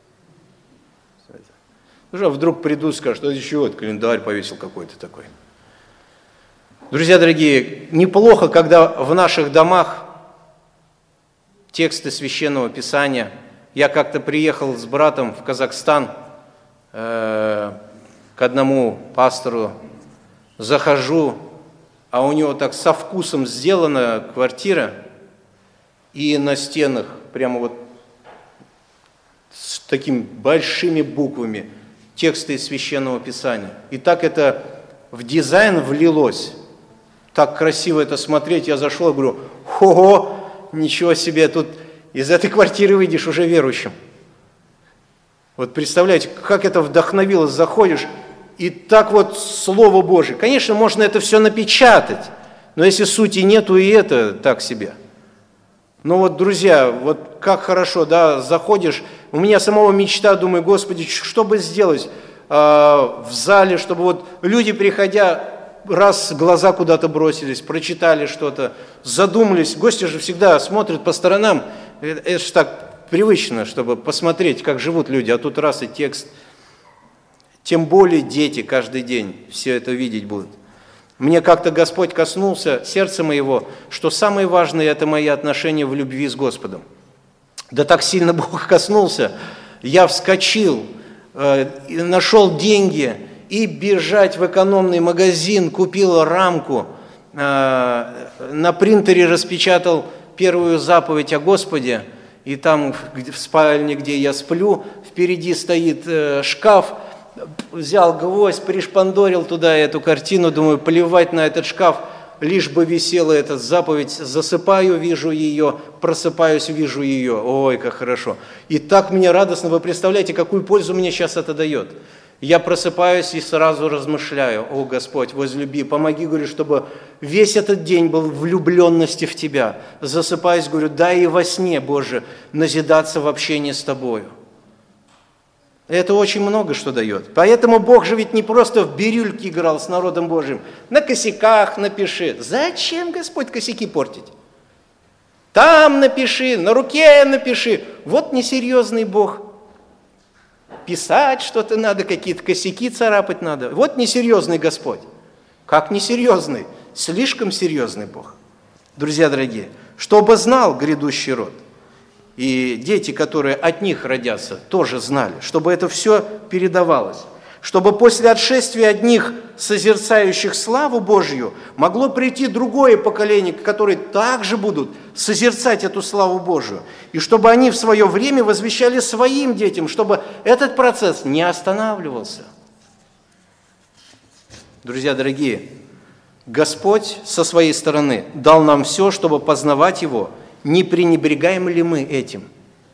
B: Уже вдруг придут и скажут, что еще вот календарь повесил какой-то такой. Друзья дорогие, неплохо, когда в наших домах тексты Священного Писания. Я как-то приехал с братом в Казахстан к одному пастору, захожу, а у него так со вкусом сделана квартира, и на стенах прямо вот с такими большими буквами тексты из Священного Писания. И так это в дизайн влилось. Так красиво это смотреть. Я зашел и говорю, ого, ничего себе, тут из этой квартиры выйдешь уже верующим. Вот представляете, как это вдохновило, заходишь, и так вот Слово Божие. Конечно, можно это все напечатать, но если сути нету, и это так себе. Но вот, друзья, вот как хорошо, да, заходишь, у меня самого мечта, думаю, Господи, что бы сделать в зале, чтобы вот люди, приходя, раз глаза куда-то бросились, прочитали что-то, задумались. Гости же всегда смотрят по сторонам, это же так привычно, чтобы посмотреть, как живут люди, а тут раз и текст. Тем более дети каждый день все это видеть будут. Мне как-то Господь коснулся сердца моего, что самое важное – это мои отношения в любви с Господом. Да так сильно Бог коснулся, я вскочил, нашел деньги и бежать в экономный магазин, купил рамку, на принтере распечатал первую заповедь о Господе, и там в спальне, где я сплю, впереди стоит шкаф, взял гвоздь, пришпандорил туда эту картину, думаю, плевать на этот шкаф, лишь бы висела эта заповедь, засыпаю, вижу ее, просыпаюсь, вижу ее, ой, как хорошо. И так мне радостно, вы представляете, какую пользу мне сейчас это дает. Я просыпаюсь и сразу размышляю, о Господь, возлюби, помоги, говорю, чтобы весь этот день был влюбленности в Тебя. Засыпаюсь, говорю, дай и во сне, Боже, назидаться в общении с Тобою. Это очень много что дает. Поэтому Бог же ведь не просто в бирюльке играл с народом Божьим. На косяках напиши. Зачем, Господь, косяки портить? Там напиши, на руке напиши. Вот несерьезный Бог. Писать что-то надо, какие-то косяки царапать надо. Вот несерьезный Господь. Как несерьезный? Слишком серьезный Бог. Друзья дорогие, чтобы знал грядущий род, и дети, которые от них родятся, тоже знали, чтобы это все передавалось, чтобы после отшествия одних созерцающих славу Божью могло прийти другое поколение, которые также будут созерцать эту славу Божию, и чтобы они в свое время возвещали своим детям, чтобы этот процесс не останавливался. Друзья дорогие, Господь со своей стороны дал нам все, чтобы познавать Его. Не пренебрегаем ли мы этим?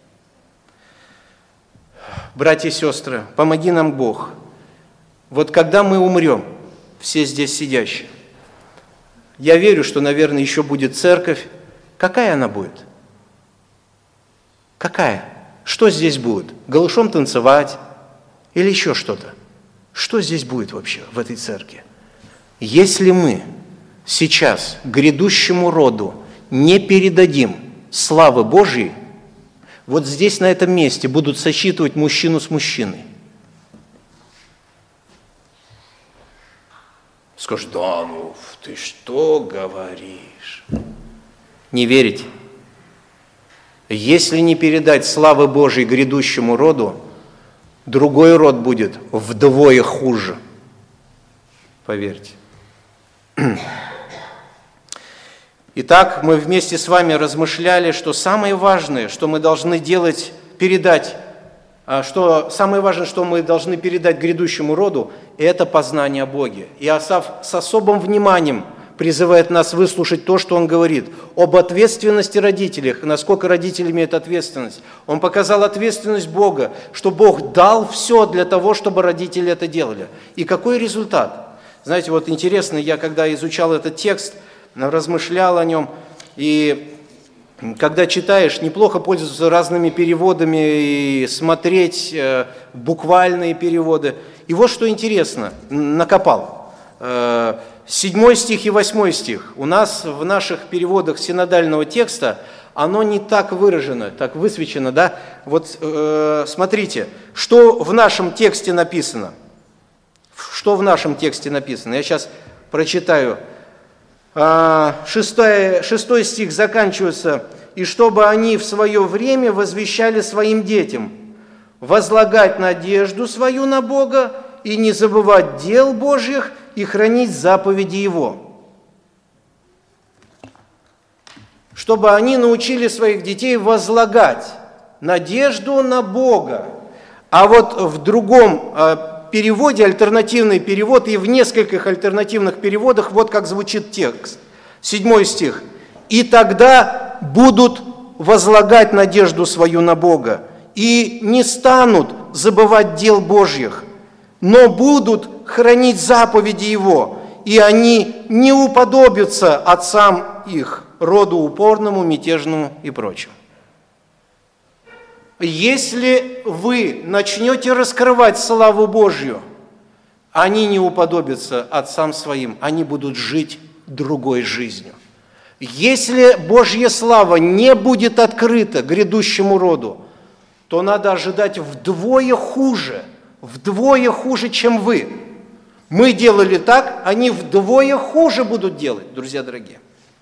B: Братья и сестры, помоги нам Бог. Вот когда мы умрем, все здесь сидящие, я верю, что, наверное, еще будет церковь. Какая она будет? Какая? Что здесь будет? Голышом танцевать или еще что-то? Что здесь будет вообще в этой церкви? Если мы сейчас грядущему роду не передадим славы Божьей, вот здесь, на этом месте, будут сосчитывать мужчину с мужчиной. Скажешь, да, ну ты что говоришь? Не верите? Если не передать славы Божьей грядущему роду, другой род будет вдвое хуже. Поверьте. Итак, мы вместе с вами размышляли, что самое важное, что мы должны делать, передать, что самое важное, что мы должны передать грядущему роду, это познание о Боге. И Асаф с особым вниманием призывает нас выслушать то, что он говорит об ответственности родителей, насколько родители имеют ответственность. Он показал ответственность Бога, что Бог дал все для того, чтобы родители это делали. И какой результат? Знаете, вот интересно, я когда изучал этот текст, размышлял о нем, и когда читаешь, неплохо пользоваться разными переводами и смотреть буквальные переводы. И вот что интересно, накопал. 7 стих и 8 стих. У нас в наших переводах синодального текста оно не так выражено, так высвечено, да? Вот смотрите, что в нашем тексте написано. Что в нашем тексте написано? Я сейчас прочитаю. 6 стих заканчивается. «И чтобы они в свое время возвещали своим детям, возлагать надежду свою на Бога и не забывать дел Божьих и хранить заповеди Его». Чтобы они научили своих детей возлагать надежду на Бога. А вот в другом переводе, альтернативный перевод, и в нескольких альтернативных переводах вот как звучит текст. 7 стих. «И тогда будут возлагать надежду свою на Бога и не станут забывать дел Божьих, но будут хранить заповеди Его, и они не уподобятся отцам их, роду упорному, мятежному и прочему. Если вы начнете раскрывать славу Божью, они не уподобятся отцам своим, они будут жить другой жизнью. Если Божья слава не будет открыта грядущему роду, то надо ожидать вдвое хуже, чем вы. Мы делали так, они вдвое хуже будут делать, друзья дорогие.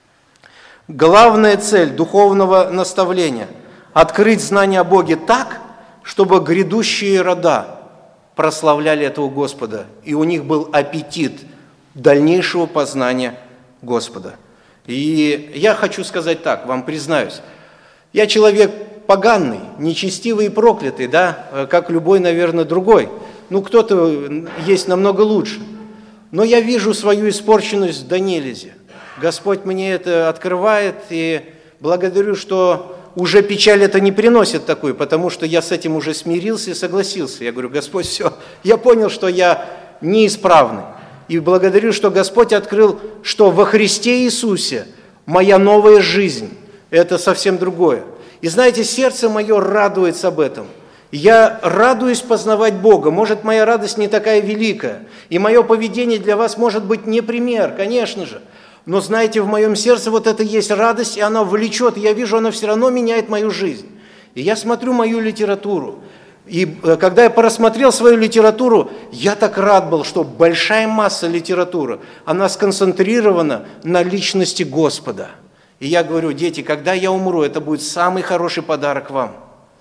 B: Главная цель духовного наставления – открыть знание о Боге так, чтобы грядущие рода прославляли этого Господа, и у них был аппетит дальнейшего познания Господа. И я хочу сказать так, вам признаюсь, я человек поганый, нечестивый и проклятый, да, как любой, наверное, другой. Ну, кто-то есть намного лучше. Но я вижу свою испорченность до нельзя. Господь мне это открывает, и благодарю, что уже печаль это не приносит такую, потому что я с этим уже смирился и согласился. Я говорю: Господь, все, я понял, что я неисправный. И благодарю, что Господь открыл, что во Христе Иисусе моя новая жизнь – это совсем другое. И знаете, сердце мое радуется об этом. Я радуюсь познавать Бога. Может, моя радость не такая великая, и мое поведение для вас может быть не пример, конечно же. Но знаете, в моем сердце вот это есть радость, и она влечет, и я вижу, она все равно меняет мою жизнь. И я смотрю мою литературу, и когда я просмотрел свою литературу, я так рад был, что большая масса литературы, она сконцентрирована на личности Господа. И я говорю: дети, когда я умру, это будет самый хороший подарок вам.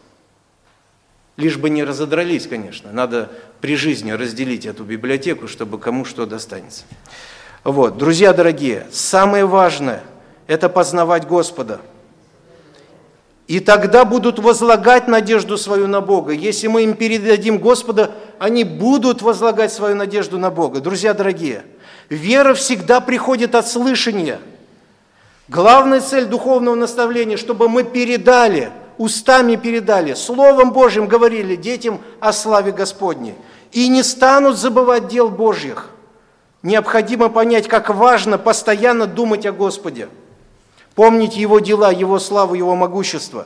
B: Лишь бы не разодрались, конечно, надо при жизни разделить эту библиотеку, чтобы кому что достанется. Вот, друзья дорогие, самое важное – это познавать Господа. И тогда будут возлагать надежду свою на Бога. Если мы им передадим Господа, они будут возлагать свою надежду на Бога. Друзья дорогие, вера всегда приходит от слышания. Главная цель духовного наставления, чтобы мы передали, устами передали, Словом Божьим говорили детям о славе Господней. И не станут забывать дел Божьих. Необходимо понять, как важно постоянно думать о Господе, помнить Его дела, Его славу, Его могущество.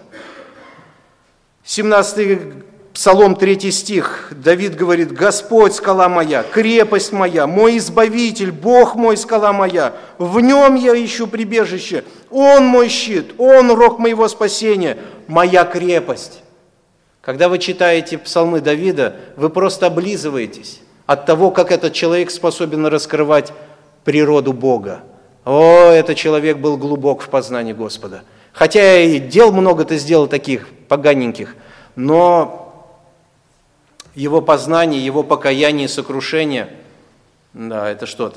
B: 17-й Псалом, 3 стих, Давид говорит: «Господь, скала моя, крепость моя, мой избавитель, Бог мой, скала моя, в Нем я ищу прибежище, Он мой щит, Он рог моего спасения, моя крепость». Когда вы читаете псалмы Давида, вы просто облизываетесь от того, как этот человек способен раскрывать природу Бога. О, этот человек был глубок в познании Господа. Хотя и дел много-то сделал таких поганеньких, но его познание, его покаяние и сокрушение, да, это что-то.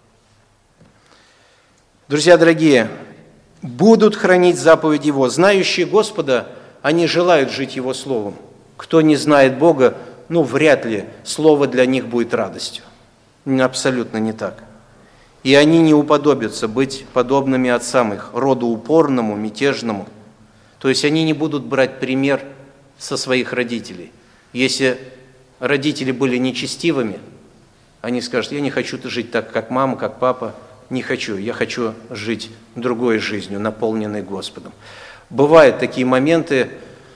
B: Друзья дорогие, будут хранить заповедь Его. Знающие Господа, они желают жить Его Словом. Кто не знает Бога, вряд ли Слово для них будет радостью. Абсолютно не так. И они не уподобятся быть подобными отцам их, роду упорному, мятежному. То есть они не будут брать пример со своих родителей. Если родители были нечестивыми, они скажут: я не хочу жить так, как мама, как папа, не хочу. Я хочу жить другой жизнью, наполненной Господом. Бывают такие моменты,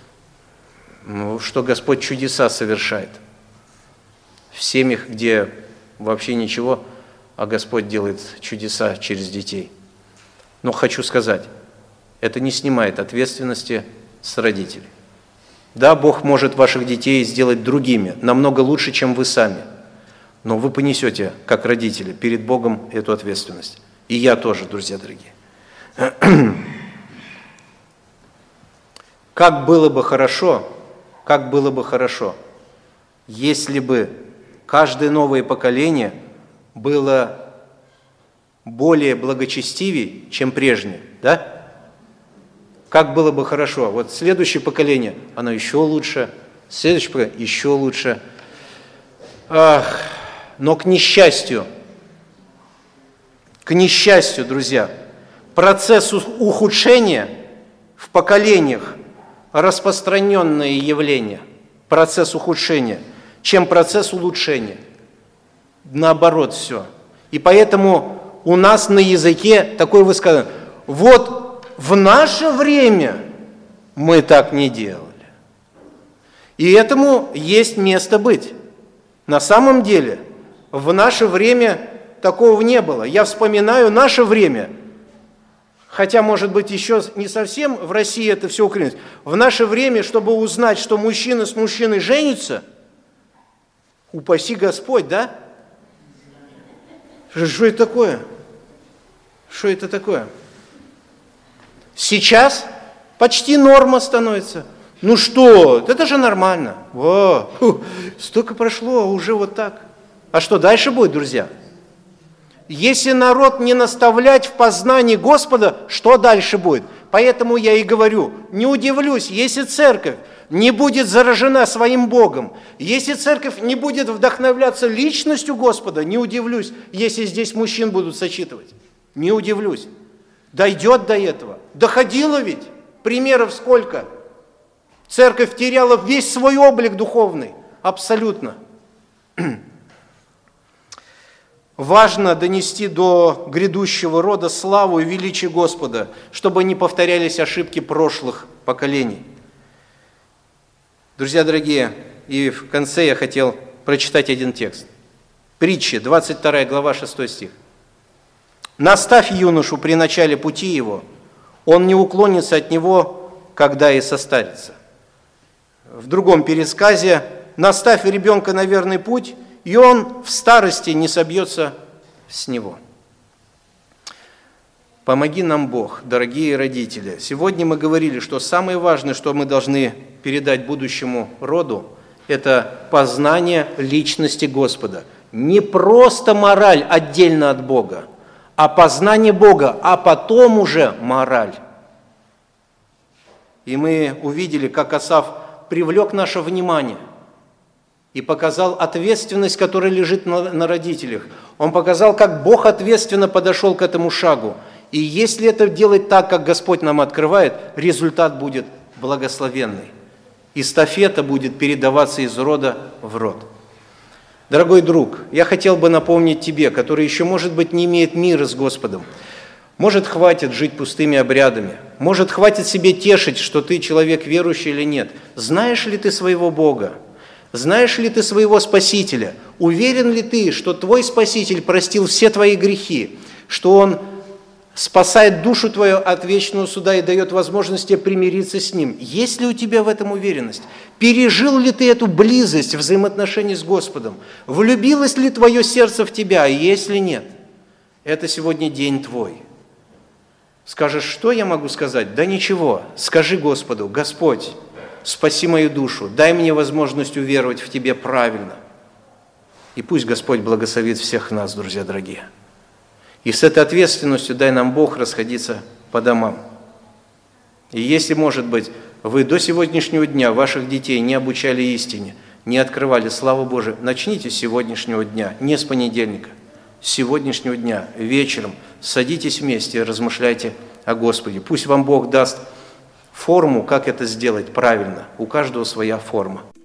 B: что Господь чудеса совершает. В семьях, где вообще ничего, а Господь делает чудеса через детей. Но хочу сказать, это не снимает ответственности с родителей. Да, Бог может ваших детей сделать другими, намного лучше, чем вы сами. Но вы понесете, как родители, перед Богом эту ответственность. И я тоже, друзья дорогие. Как было бы хорошо, если бы каждое новое поколение было более благочестивее, чем прежнее, да? Как было бы хорошо. Вот следующее поколение, оно еще лучше, следующее поколение еще лучше. Но к несчастью, друзья, процесс ухудшения в поколениях распространенное явление, процесс ухудшения, чем процесс улучшения. Наоборот все. И поэтому у нас на языке такое высказывание: вот в наше время мы так не делали. И этому есть место быть. На самом деле, в наше время такого не было. Я вспоминаю наше время, хотя, может быть, еще не совсем в России это все укоренилось. В наше время, чтобы узнать, что мужчина с мужчиной женится, упаси Господь, да? Что это такое? Что это такое? Сейчас почти норма становится. Ну что, это же нормально. Столько прошло, уже вот так. А что дальше будет, друзья? Если народ не наставлять в познании Господа, что дальше будет? Поэтому я и говорю, не удивлюсь, если церковь не будет заражена своим Богом, если церковь не будет вдохновляться личностью Господа, не удивлюсь, если здесь мужчин будут сочитывать. Не удивлюсь. Дойдет до этого. Доходило ведь. Примеров сколько? Церковь теряла весь свой облик духовный. Абсолютно. Важно донести до грядущего рода славу и величие Господа, чтобы не повторялись ошибки прошлых поколений. Друзья дорогие, и в конце я хотел прочитать один текст. Притчи, 22 глава, 6 стих. «Наставь юношу при начале пути его, он не уклонится от него, когда и состарится». В другом пересказе: «Наставь ребенка на верный путь, и он в старости не собьется с него». Помоги нам, Бог, дорогие родители. Сегодня мы говорили, что самое важное, что мы должны передать будущему роду, это познание личности Господа. Не просто мораль отдельно от Бога, а познание Бога, а потом уже мораль. И мы увидели, как Асаф привлек наше внимание и показал ответственность, которая лежит на родителях. Он показал, как Бог ответственно подошел к этому шагу. И если это делать так, как Господь нам открывает, результат будет благословенный. Эстафета будет передаваться из рода в род. Дорогой друг, я хотел бы напомнить тебе, который еще, может быть, не имеет мира с Господом, может, хватит жить пустыми обрядами, может, хватит себе тешить, что ты человек верующий или нет. Знаешь ли ты своего Бога? Знаешь ли ты своего Спасителя? Уверен ли ты, что твой Спаситель простил все твои грехи, что Он спасает душу твою от вечного суда и дает возможность тебе примириться с Ним? Есть ли у тебя в этом уверенность? Пережил ли ты эту близость взаимоотношений с Господом? Влюбилось ли твое сердце в тебя? Если нет, это сегодня день твой. Скажешь, что я могу сказать? Да ничего. Скажи Господу: Господь, спаси мою душу, дай мне возможность уверовать в Тебе правильно. И пусть Господь благословит всех нас, друзья дорогие. И с этой ответственностью дай нам Бог расходиться по домам. И если, может быть, вы до сегодняшнего дня ваших детей не обучали истине, не открывали славу Божию, начните с сегодняшнего дня, не с понедельника. С сегодняшнего дня вечером садитесь вместе и размышляйте о Господе. Пусть вам Бог даст форму, как это сделать правильно. У каждого своя форма.